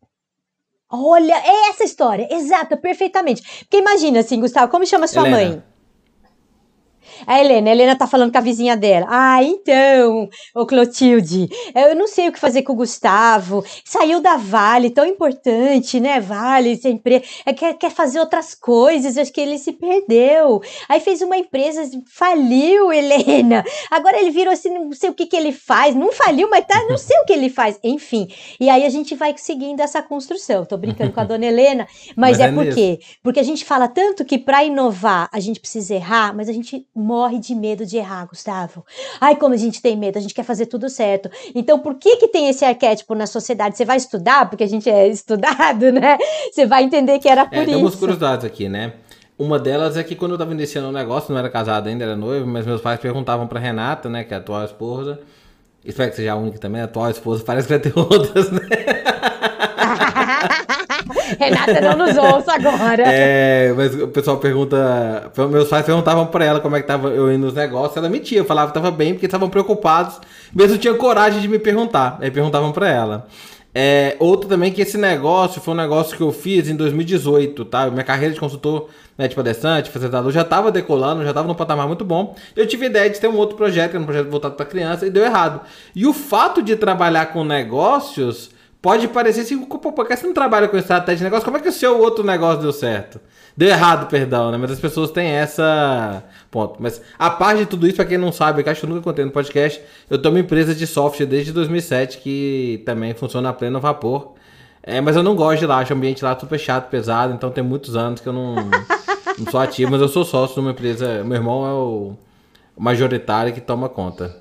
Olha, é essa história, exata, perfeitamente. Porque imagina assim, Gustavo, como chama sua Helena. mãe? A Helena, a Helena tá falando com a vizinha dela. Ah, então, ô Clotilde, eu não sei o que fazer com o Gustavo. Saiu da Vale, tão importante, né? Vale, sempre é, quer, quer fazer outras coisas, acho que ele se perdeu. Aí fez uma empresa, faliu, Helena. Agora ele virou assim, não sei o que que ele faz. Não faliu, mas tá, não sei o que ele faz. Enfim, e aí a gente vai seguindo essa construção. Tô brincando com a dona Helena, mas, mas é, é por quê? Porque a gente fala tanto que para inovar a gente precisa errar, mas a gente morre de medo de errar, Gustavo. Ai, como a gente tem medo, a gente quer fazer tudo certo. Então, por que que tem esse arquétipo na sociedade? Você vai estudar, porque a gente é estudado, né? Você vai entender que era por é, isso. Tem algumas curiosidades aqui, né? Uma delas é que quando eu tava iniciando o negócio, não era casado ainda, era noivo, mas meus pais perguntavam pra Renata, né, que é a atual esposa, espero que seja a única também, a atual esposa, parece que vai ter outras, né? Renata não nos ouça agora. É, mas o pessoal pergunta, meus pais perguntavam pra ela como é que tava eu indo nos negócios, ela mentia, eu falava que tava bem, porque estavam preocupados, mesmo tinha coragem de me perguntar, aí perguntavam pra ela. É, outro também que esse negócio foi um negócio que eu fiz em dois mil e dezoito, tá? Minha carreira de consultor, né, de palestrante, facilitador, já tava decolando, já tava num patamar muito bom. Eu tive a ideia de ter um outro projeto, que era um projeto voltado para criança, e deu errado. E o fato de trabalhar com negócios pode parecer assim, pô, por que você não trabalha com estratégia de negócio? Como é que o seu outro negócio deu certo? Deu errado, perdão, né? Mas as pessoas têm essa... Ponto. Mas a parte de tudo isso, pra quem não sabe, que acho que eu nunca contei no podcast, eu tô uma empresa de software desde dois mil e sete, que também funciona a pleno vapor. É, mas eu não gosto de lá, acho o ambiente lá super chato, pesado, então tem muitos anos que eu não, não sou ativo, mas eu sou sócio de uma empresa, meu irmão é o majoritário que toma conta.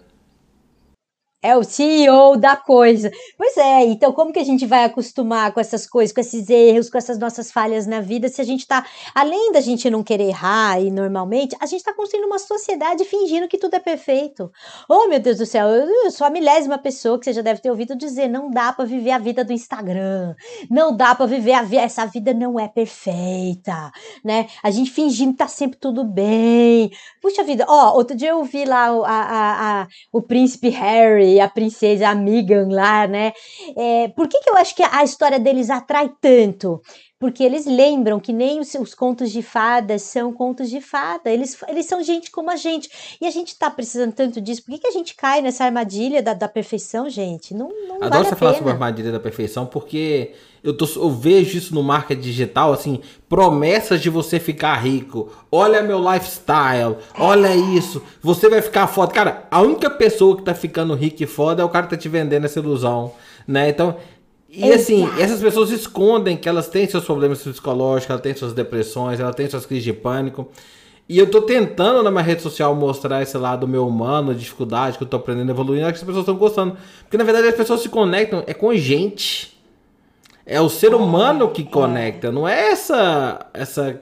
É o C E O da coisa. Pois é, então como que a gente vai acostumar com essas coisas, com esses erros, com essas nossas falhas na vida, se a gente tá, além da gente não querer errar e normalmente, a gente tá construindo uma sociedade fingindo que tudo é perfeito. Oh, meu Deus do céu, eu sou a milésima pessoa que você já deve ter ouvido dizer, não dá pra viver a vida do Instagram, não dá pra viver a vida, essa vida não é perfeita, né? A gente fingindo que tá sempre tudo bem. Puxa vida, ó, outro dia eu vi lá a, a, a, o príncipe Harry e a princesa Meghan lá, né? É, por que que eu acho que a história deles atrai tanto? Porque eles lembram que nem os, os contos de fadas são contos de fada, eles, eles são gente como a gente, e a gente tá precisando tanto disso, por que que a gente cai nessa armadilha da, da perfeição, gente? Não, não Adoro vale você a falar pena. sobre a armadilha da perfeição, porque eu, tô, eu vejo isso no marketing digital, assim, promessas de você ficar rico. Olha meu lifestyle, olha isso, você vai ficar foda. Cara, a única pessoa que tá ficando rica e foda é o cara que tá te vendendo essa ilusão, né? Então, e assim, Exato. essas pessoas escondem que elas têm seus problemas psicológicos, elas têm suas depressões, elas têm suas crises de pânico. E eu tô tentando na minha rede social mostrar esse lado meu humano, a dificuldade que eu tô aprendendo a evoluir, acho que as pessoas estão gostando. Porque na verdade as pessoas se conectam é com gente. É o ser humano que conecta, não é essa... essa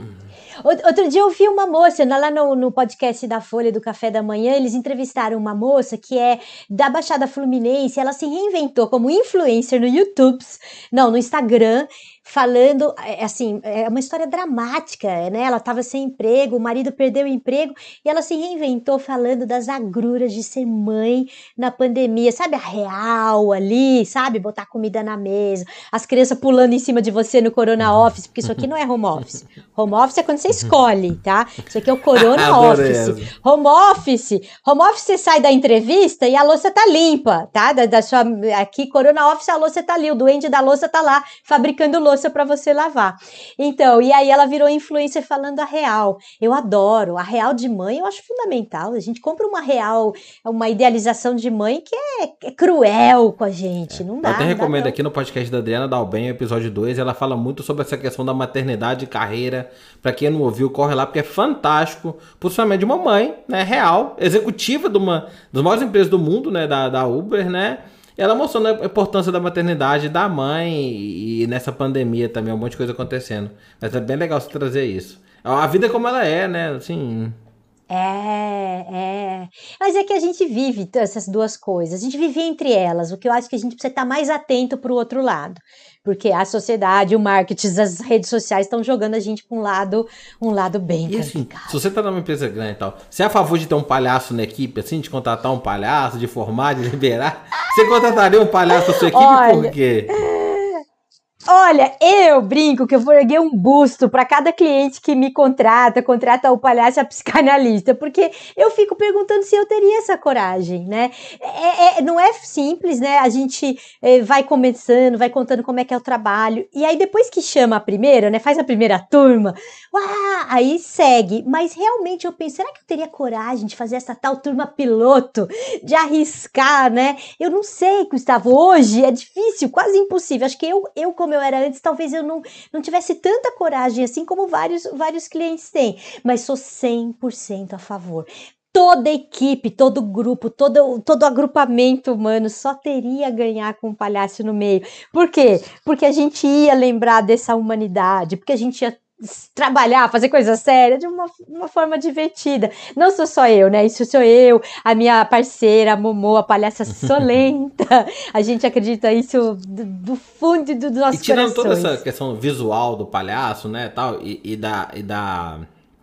Outro dia eu vi uma moça, lá no, no podcast da Folha do Café da Manhã, eles entrevistaram uma moça que é da Baixada Fluminense, ela se reinventou como influencer no YouTube, não, no Instagram, falando, assim, é uma história dramática, né? Ela estava sem emprego, o marido perdeu o emprego e ela se reinventou falando das agruras de ser mãe na pandemia, sabe, a real ali, sabe, botar comida na mesa, as crianças pulando em cima de você no Corona Office, porque isso aqui não é home office. Home office é quando você escolhe, tá? Isso aqui é o Corona Office. Home office, home office você sai da entrevista e a louça tá limpa, tá? Da, da sua, aqui, Corona Office, a louça tá ali, o duende da louça tá lá, fabricando louça para você lavar. Então, e aí ela virou influencer falando a real. Eu adoro. A real de mãe eu acho fundamental. A gente compra uma real, uma idealização de mãe que é, é cruel com a gente. Não dá. Eu até não recomendo dá, aqui no podcast da Adriana Dalben, episódio dois, ela fala muito sobre essa questão da maternidade e carreira. Pra quem não ouviu, corre lá, porque é fantástico. Principalmente de uma mãe, né, real, executiva de uma das maiores empresas do mundo, né, da, da Uber, né? Ela mostrando a importância da maternidade da mãe e nessa pandemia também, um monte de coisa acontecendo. Mas é bem legal você trazer isso. A vida é como ela é, né? Assim... É, é. Mas é que a gente vive essas duas coisas. A gente vive entre elas. O que eu acho que a gente precisa estar mais atento para o outro lado. Porque a sociedade, o marketing, as redes sociais estão jogando a gente para um lado, um lado bem e complicado. Assim, se você tá numa empresa grande e tal, você é a favor de ter um palhaço na equipe, assim, de contratar um palhaço, de formar, de liberar? Você contrataria um palhaço na sua equipe? Olha, por quê? Olha, eu brinco que eu forguei um busto para cada cliente que me contrata, contrata o palhaço e a psicanalista, porque eu fico perguntando se eu teria essa coragem, né? É, é, não é simples, né? A gente é, vai começando, vai contando como é que é o trabalho, e aí depois que chama a primeira, né? Faz a primeira turma, uau, aí segue. Mas realmente eu penso, será que eu teria coragem de fazer essa tal turma piloto, de arriscar, né? Eu não sei, Gustavo, hoje é difícil, quase impossível. Acho que eu, eu como eu era antes, talvez eu não, não tivesse tanta coragem assim como vários, vários clientes têm, mas sou cem por cento a favor. Toda equipe, todo grupo, todo, todo agrupamento humano só teria a ganhar com um palhaço no meio. Por quê? Porque a gente ia lembrar dessa humanidade, porque a gente ia trabalhar, fazer coisa séria de uma, uma forma divertida. Não sou só eu, né? Isso sou eu, a minha parceira, a Momô, a palhaça solenta. A gente acredita isso do, do fundo do nosso coração. E tirando corações. Toda essa questão visual do palhaço, né, tal, e, e da... E da...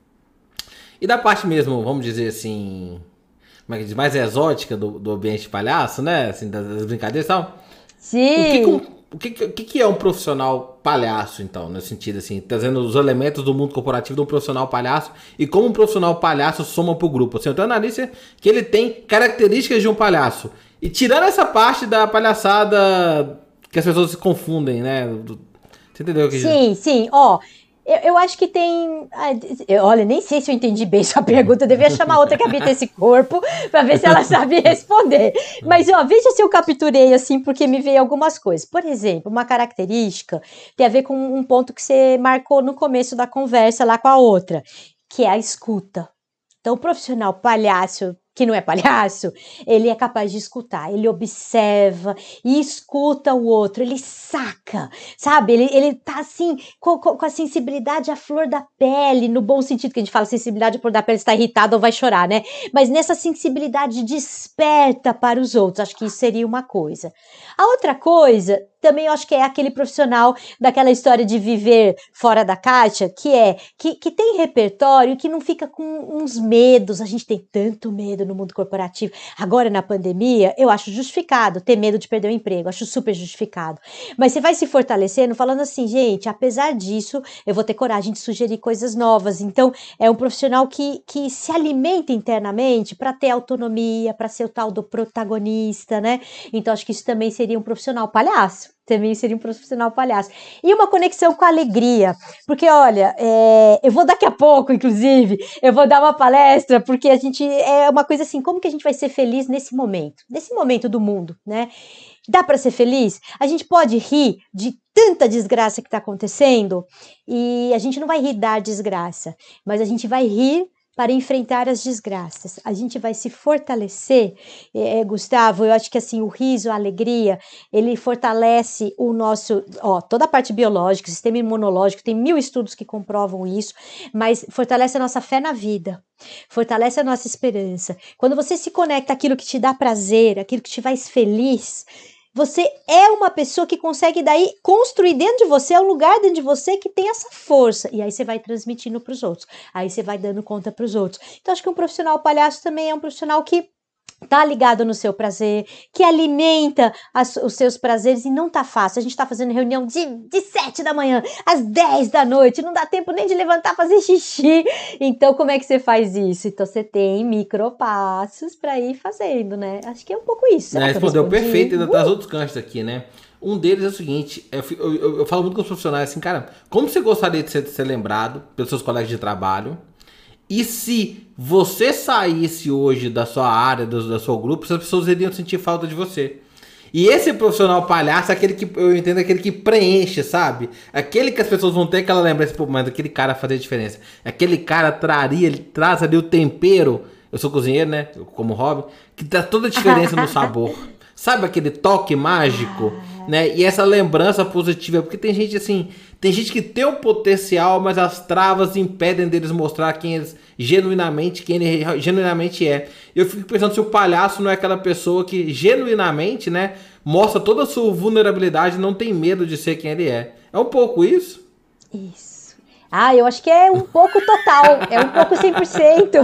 E da parte mesmo, vamos dizer assim, como é que diz, mais exótica do, do ambiente palhaço, né? Assim, das, das brincadeiras e tal. Sim. O, que, o, que, o que é um profissional palhaço, então, no sentido assim, trazendo os elementos do mundo corporativo de um profissional palhaço e como um profissional palhaço soma pro grupo? Assim, eu tenho analista que ele tem características de um palhaço. E tirando essa parte da palhaçada que as pessoas se confundem, né? Você entendeu o que Sim, diz? sim. Ó... Eu, eu acho que tem... Olha, nem sei se eu entendi bem sua pergunta. Eu devia chamar outra que habita esse corpo para ver se ela sabe responder. Mas, ó, veja se eu capturei, assim, porque me veio algumas coisas. Por exemplo, uma característica tem a ver com um ponto que você marcou no começo da conversa lá com a outra, que é a escuta. Então, o profissional palhaço, que não é palhaço, ele é capaz de escutar, ele observa e escuta o outro, ele saca, sabe? Ele, ele tá assim, com, com a sensibilidade à flor da pele, no bom sentido que a gente fala, sensibilidade à flor da pele, está irritado ou vai chorar, né? Mas nessa sensibilidade desperta para os outros, acho que isso seria uma coisa. A outra coisa, também eu acho que é aquele profissional daquela história de viver fora da caixa, que é, que, que tem repertório, que não fica com uns medos, a gente tem tanto medo no mundo corporativo. Agora, na pandemia, eu acho justificado ter medo de perder o emprego, acho super justificado. Mas você vai se fortalecendo falando assim, gente, apesar disso, eu vou ter coragem de sugerir coisas novas. Então, é um profissional que, que se alimenta internamente para ter autonomia, para ser o tal do protagonista, né? Então, acho que isso também seria um profissional palhaço. Também seria um profissional palhaço. E uma conexão com a alegria, porque olha, é, eu vou daqui a pouco, inclusive, eu vou dar uma palestra, porque a gente, é uma coisa assim, como que a gente vai ser feliz nesse momento, nesse momento do mundo, né? Dá para ser feliz? A gente pode rir de tanta desgraça que está acontecendo, e a gente não vai rir da desgraça, mas a gente vai rir para enfrentar as desgraças. A gente vai se fortalecer, é, Gustavo, eu acho que assim, o riso, a alegria, ele fortalece o nosso, ó, toda a parte biológica, sistema imunológico, tem mil estudos que comprovam isso, mas fortalece a nossa fé na vida, fortalece a nossa esperança. Quando você se conecta àquilo que te dá prazer, aquilo que te faz feliz, você é uma pessoa que consegue daí construir dentro de você, um lugar dentro de você que tem essa força. E aí você vai transmitindo para os outros. Aí você vai dando conta para os outros. Então acho que um profissional palhaço também é um profissional que tá ligado no seu prazer, que alimenta as, os seus prazeres, e não tá fácil. A gente tá fazendo reunião de, de sete da manhã às dez da noite, não dá tempo nem de levantar, fazer xixi. Então, como é que você faz isso? Então, você tem micropassos pra ir fazendo, né? Acho que é um pouco isso. Né, respondeu perfeito, ainda uh! tá os outros cantos aqui, né? Um deles é o seguinte, eu, eu, eu falo muito com os profissionais assim, cara, como você gostaria de ser, de ser lembrado pelos seus colegas de trabalho? E se você saísse hoje da sua área, do, do seu grupo, as pessoas iriam sentir falta de você. E esse profissional palhaço é aquele que, eu entendo, aquele que preenche, sabe? Aquele que as pessoas vão ter aquela lembrança, pô, mas aquele cara fazia diferença. Aquele cara traria, ele traz ali o tempero. Eu sou cozinheiro, né? Como hobby. Que dá toda a diferença no sabor. Sabe aquele toque mágico, né? E essa lembrança positiva, porque tem gente assim, tem gente que tem um potencial, mas as travas impedem deles mostrar quem eles genuinamente, quem ele genuinamente é. Eu fico pensando se o palhaço não é aquela pessoa que genuinamente, né, mostra toda a sua vulnerabilidade e não tem medo de ser quem ele é. É um pouco isso? Isso. Ah, eu acho que é um pouco total, é um pouco cem por cento.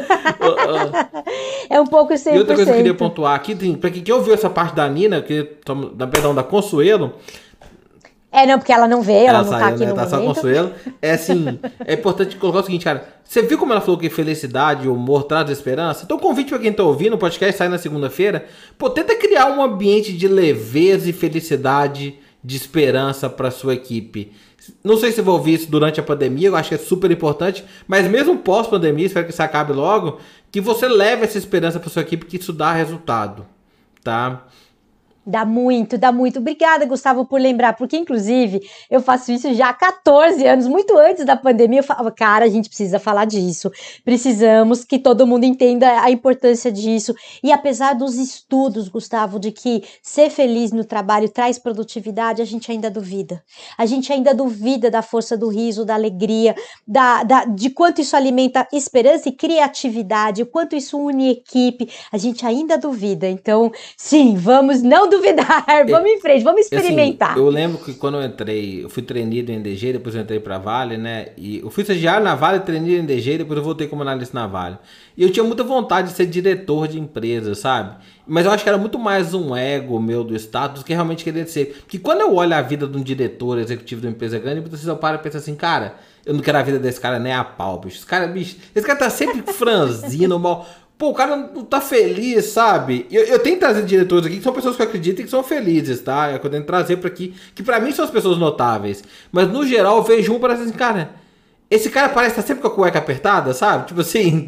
É um pouco cem por cento. E outra coisa que eu queria pontuar aqui, para quem ouviu essa parte da Nina, que, da, perdão, da Consuelo... É, não, porque ela não veio, ela, ela não saiu, tá aqui né? no tá momento. Só Consuelo. É assim, é importante colocar o seguinte, cara, você viu como ela falou que felicidade, humor traz esperança? Então o convite para quem tá ouvindo, o podcast sai na segunda-feira, pô, tenta criar um ambiente de leveza e felicidade, de esperança para sua equipe. Não sei se vou ouvir isso durante a pandemia, eu acho que é super importante, mas mesmo pós-pandemia, espero que isso acabe logo, que você leve essa esperança para sua equipe, que isso dá resultado, tá? Dá muito, dá muito. Obrigada, Gustavo, por lembrar, porque, inclusive, eu faço isso já há quatorze anos, muito antes da pandemia. Eu falava, cara, a gente precisa falar disso. Precisamos que todo mundo entenda a importância disso. E apesar dos estudos, Gustavo, de que ser feliz no trabalho traz produtividade, a gente ainda duvida. A gente ainda duvida da força do riso, da alegria, da, da, de quanto isso alimenta esperança e criatividade, o quanto isso une equipe. A gente ainda duvida. Então, sim, vamos não duvidar, vamos em frente, vamos experimentar. Assim, eu lembro que quando eu entrei, eu fui treinado em D G, depois eu entrei pra Vale, né? E eu fui estagiário na Vale, treinado em D G, depois eu voltei como analista na Vale. E eu tinha muita vontade de ser diretor de empresa, sabe? Mas eu acho que era muito mais um ego meu do status que realmente queria ser. Porque quando eu olho a vida de um diretor executivo de uma empresa grande, muitas vezes eu paro e penso assim, cara, eu não quero a vida desse cara nem a pau, bicho. Esse cara, bicho, esse cara tá sempre franzino, mal. Pô, o cara não tá feliz, sabe? Eu, eu tenho que trazer diretores aqui que são pessoas que eu acredito e que são felizes, tá? Eu tenho que trazer pra aqui, que pra mim são as pessoas notáveis. Mas no geral eu vejo um e parece assim, cara, esse cara parece estar tá sempre com a cueca apertada, sabe? Tipo assim,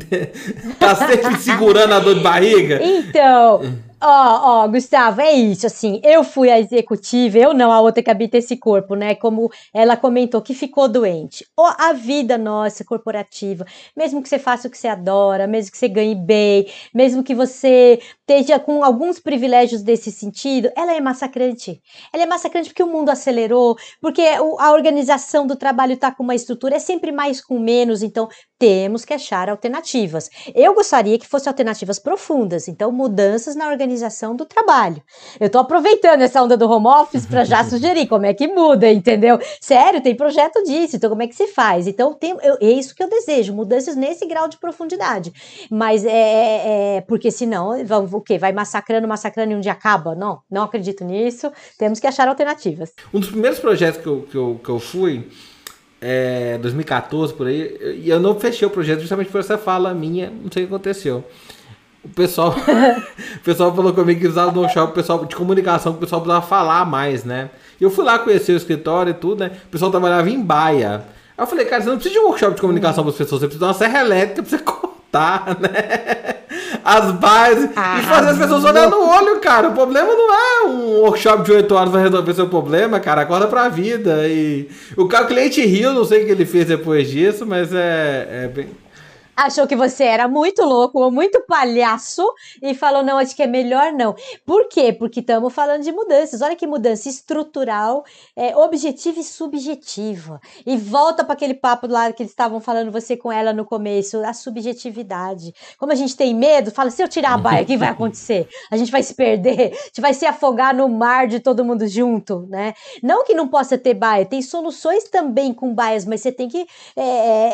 tá sempre segurando a dor de barriga. Então... Ó, oh, ó, oh, Gustavo, é isso, assim, eu fui a executiva, eu não, a outra que habita esse corpo, né, como ela comentou, que ficou doente. Oh, a vida nossa, corporativa, mesmo que você faça o que você adora, mesmo que você ganhe bem, mesmo que você esteja com alguns privilégios desse sentido, ela é massacrante. Ela é massacrante porque o mundo acelerou, porque a organização do trabalho está com uma estrutura, é sempre mais com menos, então temos que achar alternativas. Eu gostaria que fossem alternativas profundas, então mudanças na organização do trabalho. Eu tô aproveitando essa onda do home office para já sugerir como é que muda, entendeu? Sério, tem projeto disso, então como é que se faz? Então tem, eu, é isso que eu desejo, mudanças nesse grau de profundidade. Mas é, é porque senão, vamos, o quê? Vai massacrando, massacrando e um dia acaba? Não, não acredito nisso, temos que achar alternativas. Um dos primeiros projetos que eu, que eu, que eu fui, é, dois mil e quatorze, por aí, e eu não fechei o projeto justamente por essa fala minha, não sei o que aconteceu. O pessoal, o pessoal falou comigo que usava no workshop, o pessoal de comunicação, que o pessoal precisava falar mais, né? E eu fui lá conhecer o escritório e tudo, né? O pessoal trabalhava em baia. Aí eu falei, cara, você não precisa de um workshop de comunicação para as pessoas, você precisa de uma serra elétrica para você cortar, né? As baias ah, e fazer as pessoas olhar no olho, cara. O problema não é um workshop de oito horas para resolver seu problema, cara. Acorda pra vida. E o cara, o cliente riu, não sei o que ele fez depois disso, mas é, é bem... Achou que você era muito louco ou muito palhaço e falou, não, acho que é melhor não. Por quê? Porque estamos falando de mudanças. Olha que mudança estrutural, é, objetiva e subjetiva. E volta para aquele papo lá que eles estavam falando, você com ela no começo, a subjetividade. Como a gente tem medo, fala, se eu tirar a baia, o que vai acontecer? A gente vai se perder, a gente vai se afogar no mar de todo mundo junto, né? Não que não possa ter baia, tem soluções também com baias, mas você tem que é,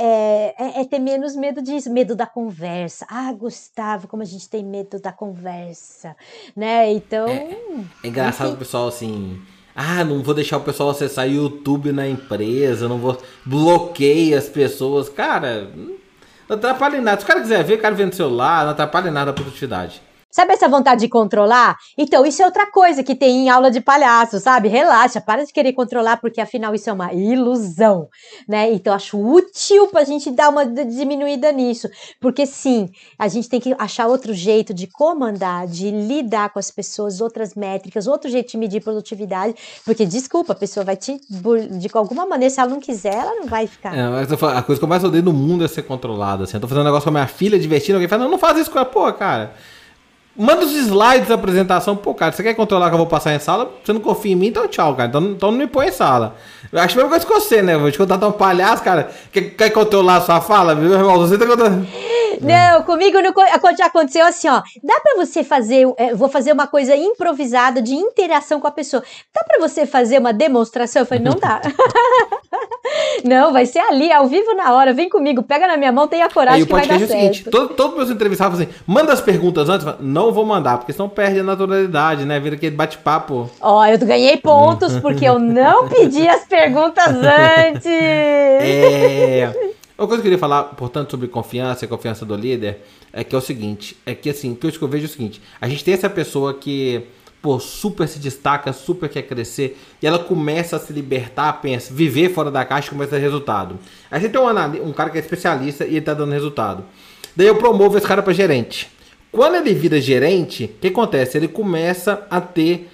é, é, é ter menos medo de diz medo da conversa. Ah, Gustavo, como a gente tem medo da conversa, né? Então... É, é engraçado o pessoal assim... Ah, não vou deixar o pessoal acessar YouTube na empresa, não vou... Bloqueia as pessoas. Cara, não atrapalha em nada. Se o cara quiser ver, o cara vê no celular, não atrapalha em nada a produtividade. Sabe essa vontade de controlar? Então, isso é outra coisa que tem em aula de palhaço, sabe? Relaxa, para de querer controlar, porque afinal isso é uma ilusão, né? Então, acho útil pra gente dar uma diminuída nisso, porque sim, a gente tem que achar outro jeito de comandar, de lidar com as pessoas, outras métricas, outro jeito de medir produtividade, porque, desculpa, a pessoa vai te, de alguma maneira, se ela não quiser, ela não vai ficar. É, mas a coisa que eu mais odeio no mundo é ser controlada, assim. Eu tô fazendo um negócio com a minha filha, divertindo, alguém fala, não, não faz isso com ela, pô, cara... Manda os slides da apresentação. Pô, cara, você quer controlar que eu vou passar em sala? Você não confia em mim? Então tchau, cara. Então, então não me põe em sala. Eu acho a mesma coisa que você, né? Vou te contar tão palhaço, cara. Quer, quer controlar a sua fala? Meu irmão, você tá contando... Não, comigo não, já aconteceu assim, ó. Dá pra você fazer... É, vou fazer uma coisa improvisada de interação com a pessoa. Dá pra você fazer uma demonstração? Eu falei, não dá. Não, vai ser ali, ao vivo na hora. Vem comigo, pega na minha mão, tenha coragem que vai dar certo. O podcast é o seguinte, todos todo meus entrevistados falam assim, manda as perguntas antes. Não vou mandar, porque senão perde a naturalidade, né? Vira aquele bate-papo. Ó, eu ganhei pontos porque eu não pedi as perguntas antes. É... Uma coisa que eu queria falar, portanto, sobre confiança e confiança do líder, é que é o seguinte, é que assim, o que eu vejo é o seguinte, a gente tem essa pessoa que... pô, super se destaca, super quer crescer, e ela começa a se libertar, pensa, viver fora da caixa e começa a ter resultado. Aí você tem um, um cara que é especialista e ele tá dando resultado. Daí eu promovo esse cara para gerente. Quando ele vira gerente, o que acontece? Ele começa a ter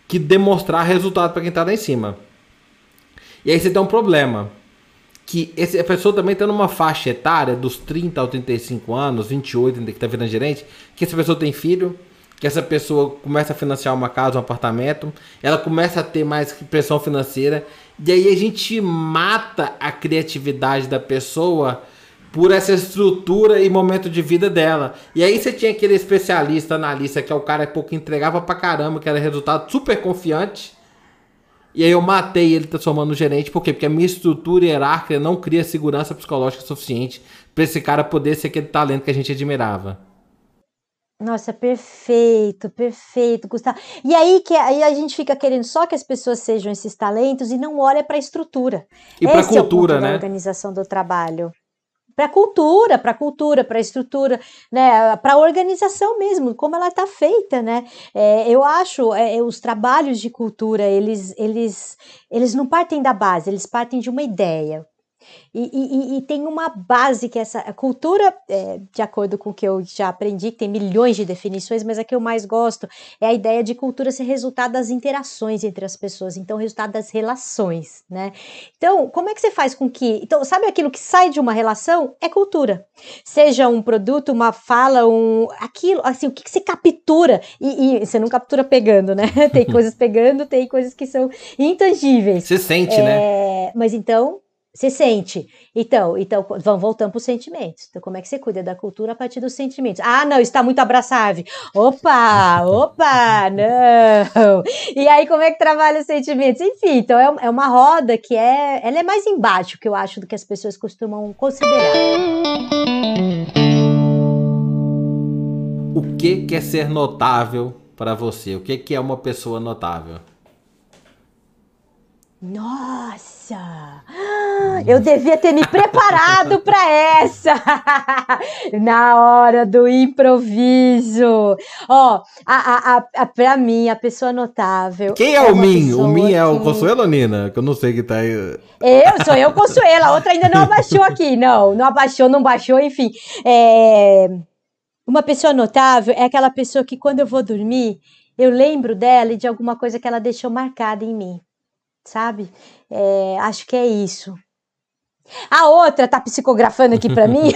que demonstrar resultado para quem tá lá em cima. E aí você tem um problema. Que esse, a pessoa também tá numa faixa etária dos trinta aos trinta e cinco anos, vinte e oito, que tá virando gerente, que essa pessoa tem filho, que essa pessoa começa a financiar uma casa, um apartamento, ela começa a ter mais pressão financeira, e aí a gente mata a criatividade da pessoa por essa estrutura e momento de vida dela. E aí você tinha aquele especialista, analista, que é o cara que pouco entregava pra caramba, que era resultado super confiante, e aí eu matei ele transformando no gerente. Por quê? Porque a minha estrutura hierárquica não cria segurança psicológica suficiente para esse cara poder ser aquele talento que a gente admirava. Nossa, perfeito, perfeito, Gustavo. E aí que aí a gente fica querendo só que as pessoas sejam esses talentos e não olha para a estrutura. E para a cultura, é o ponto, né? Da organização do trabalho. Para a cultura, para a cultura, para a estrutura, né, para a organização mesmo, como ela está feita, né? É, eu acho, é, os trabalhos de cultura, eles, eles, eles não partem da base, eles partem de uma ideia. E, e, e tem uma base que essa a cultura, é, de acordo com o que eu já aprendi, que tem milhões de definições, mas a que eu mais gosto é a ideia de cultura ser resultado das interações entre as pessoas, então resultado das relações, né? Então, como é que você faz com que... Então, sabe aquilo que sai de uma relação? É cultura. Seja um produto, uma fala, um... aquilo, assim, o que, que você captura? E, e você não captura pegando, né? Tem coisas pegando, tem coisas que são intangíveis. Você sente, é, né? Mas então... Você sente. Então, então, vamos voltando para os sentimentos. Então, como é que você cuida da cultura a partir dos sentimentos? Ah, não, está muito abraçável. Opa, opa, não. E aí, como é que trabalha os sentimentos? Enfim, então é, é uma roda que é, ela é mais embaixo, que eu acho, do que as pessoas costumam considerar. O que quer ser notável para você? O que, que é uma pessoa notável? Nossa! Eu devia ter me preparado para essa! Na hora do improviso! Ó, a, a, a, pra mim, a pessoa notável... Quem é, é o Min? O Min é o que... Consuelo, Nina? Que eu não sei que tá aí... Eu, sou eu, Consuelo. A outra ainda não abaixou aqui. Não, não abaixou, não baixou, enfim. É... Uma pessoa notável é aquela pessoa que, quando eu vou dormir, eu lembro dela e de alguma coisa que ela deixou marcada em mim. Sabe? É, acho que é isso. A outra tá psicografando aqui para mim.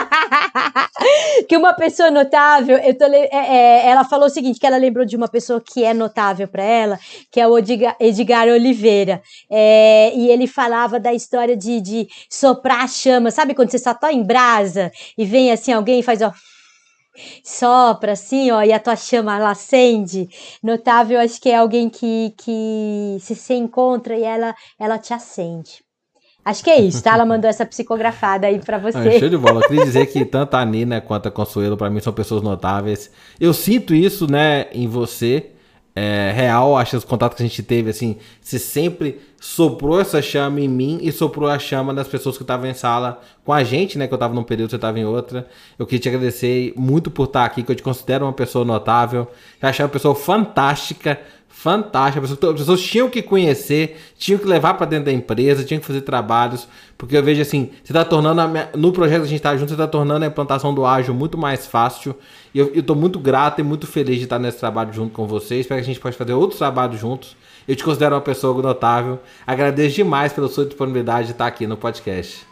Que uma pessoa notável, eu tô, é, é, ela falou o seguinte, que ela lembrou de uma pessoa que é notável para ela, que é o Edgar, Edgar Oliveira. É, e ele falava da história de, de soprar a chama. Sabe quando você só tá em brasa e vem assim alguém e faz, ó... sopra assim, ó, e a tua chama ela acende. Notável, acho que é alguém que, que se você encontra e ela, ela te acende. Acho que é isso, tá? Ela mandou essa psicografada aí pra você. Ah, show de bola. Eu queria dizer que tanto a Nina quanto a Consuelo, pra mim, são pessoas notáveis. Eu sinto isso, né, em você. É real, acho que os contatos que a gente teve, assim, você sempre soprou essa chama em mim e soprou a chama das pessoas que estavam em sala com a gente, né, que eu tava num período, você tava em outra. Eu queria te agradecer muito por estar aqui, que eu te considero uma pessoa notável, eu achei uma pessoa fantástica, fantástica, as pessoas tinham que conhecer, tinham que levar para dentro da empresa, tinham que fazer trabalhos, porque eu vejo assim, você está tornando, a minha, no projeto que a gente está junto, você está tornando a implantação do ágil muito mais fácil, e eu estou muito grato e muito feliz de estar nesse trabalho junto com vocês, espero que a gente possa fazer outros trabalhos juntos. Eu te considero uma pessoa notável, agradeço demais pela sua disponibilidade de estar aqui no podcast.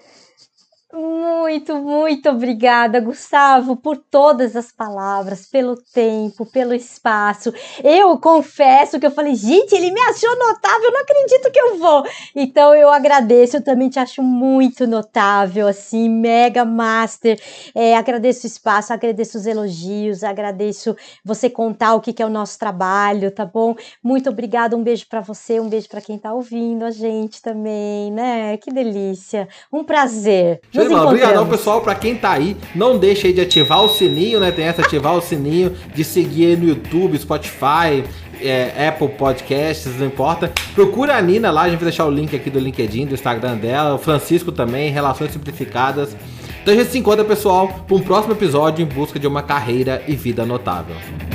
Muito, muito obrigada, Gustavo, por todas as palavras, pelo tempo, pelo espaço. Eu confesso que eu falei, gente, ele me achou notável, eu não acredito que eu vou. Então eu agradeço, eu também te acho muito notável, assim, mega master. É, agradeço o espaço, agradeço os elogios, agradeço você contar o que, que é o nosso trabalho, tá bom? Muito obrigada, um beijo pra você, um beijo pra quem tá ouvindo a gente também, né? Que delícia, um prazer. Obrigadão, pessoal, pra quem tá aí, não deixa aí de ativar o sininho, né, tem essa, ativar o sininho, de seguir aí no YouTube, Spotify, é, Apple Podcasts, não importa, procura a Nina lá, a gente vai deixar o link aqui do LinkedIn, do Instagram dela, o Francisco também, Relações Simplificadas. Então a gente se encontra, pessoal, para um próximo episódio em busca de uma carreira e vida notável.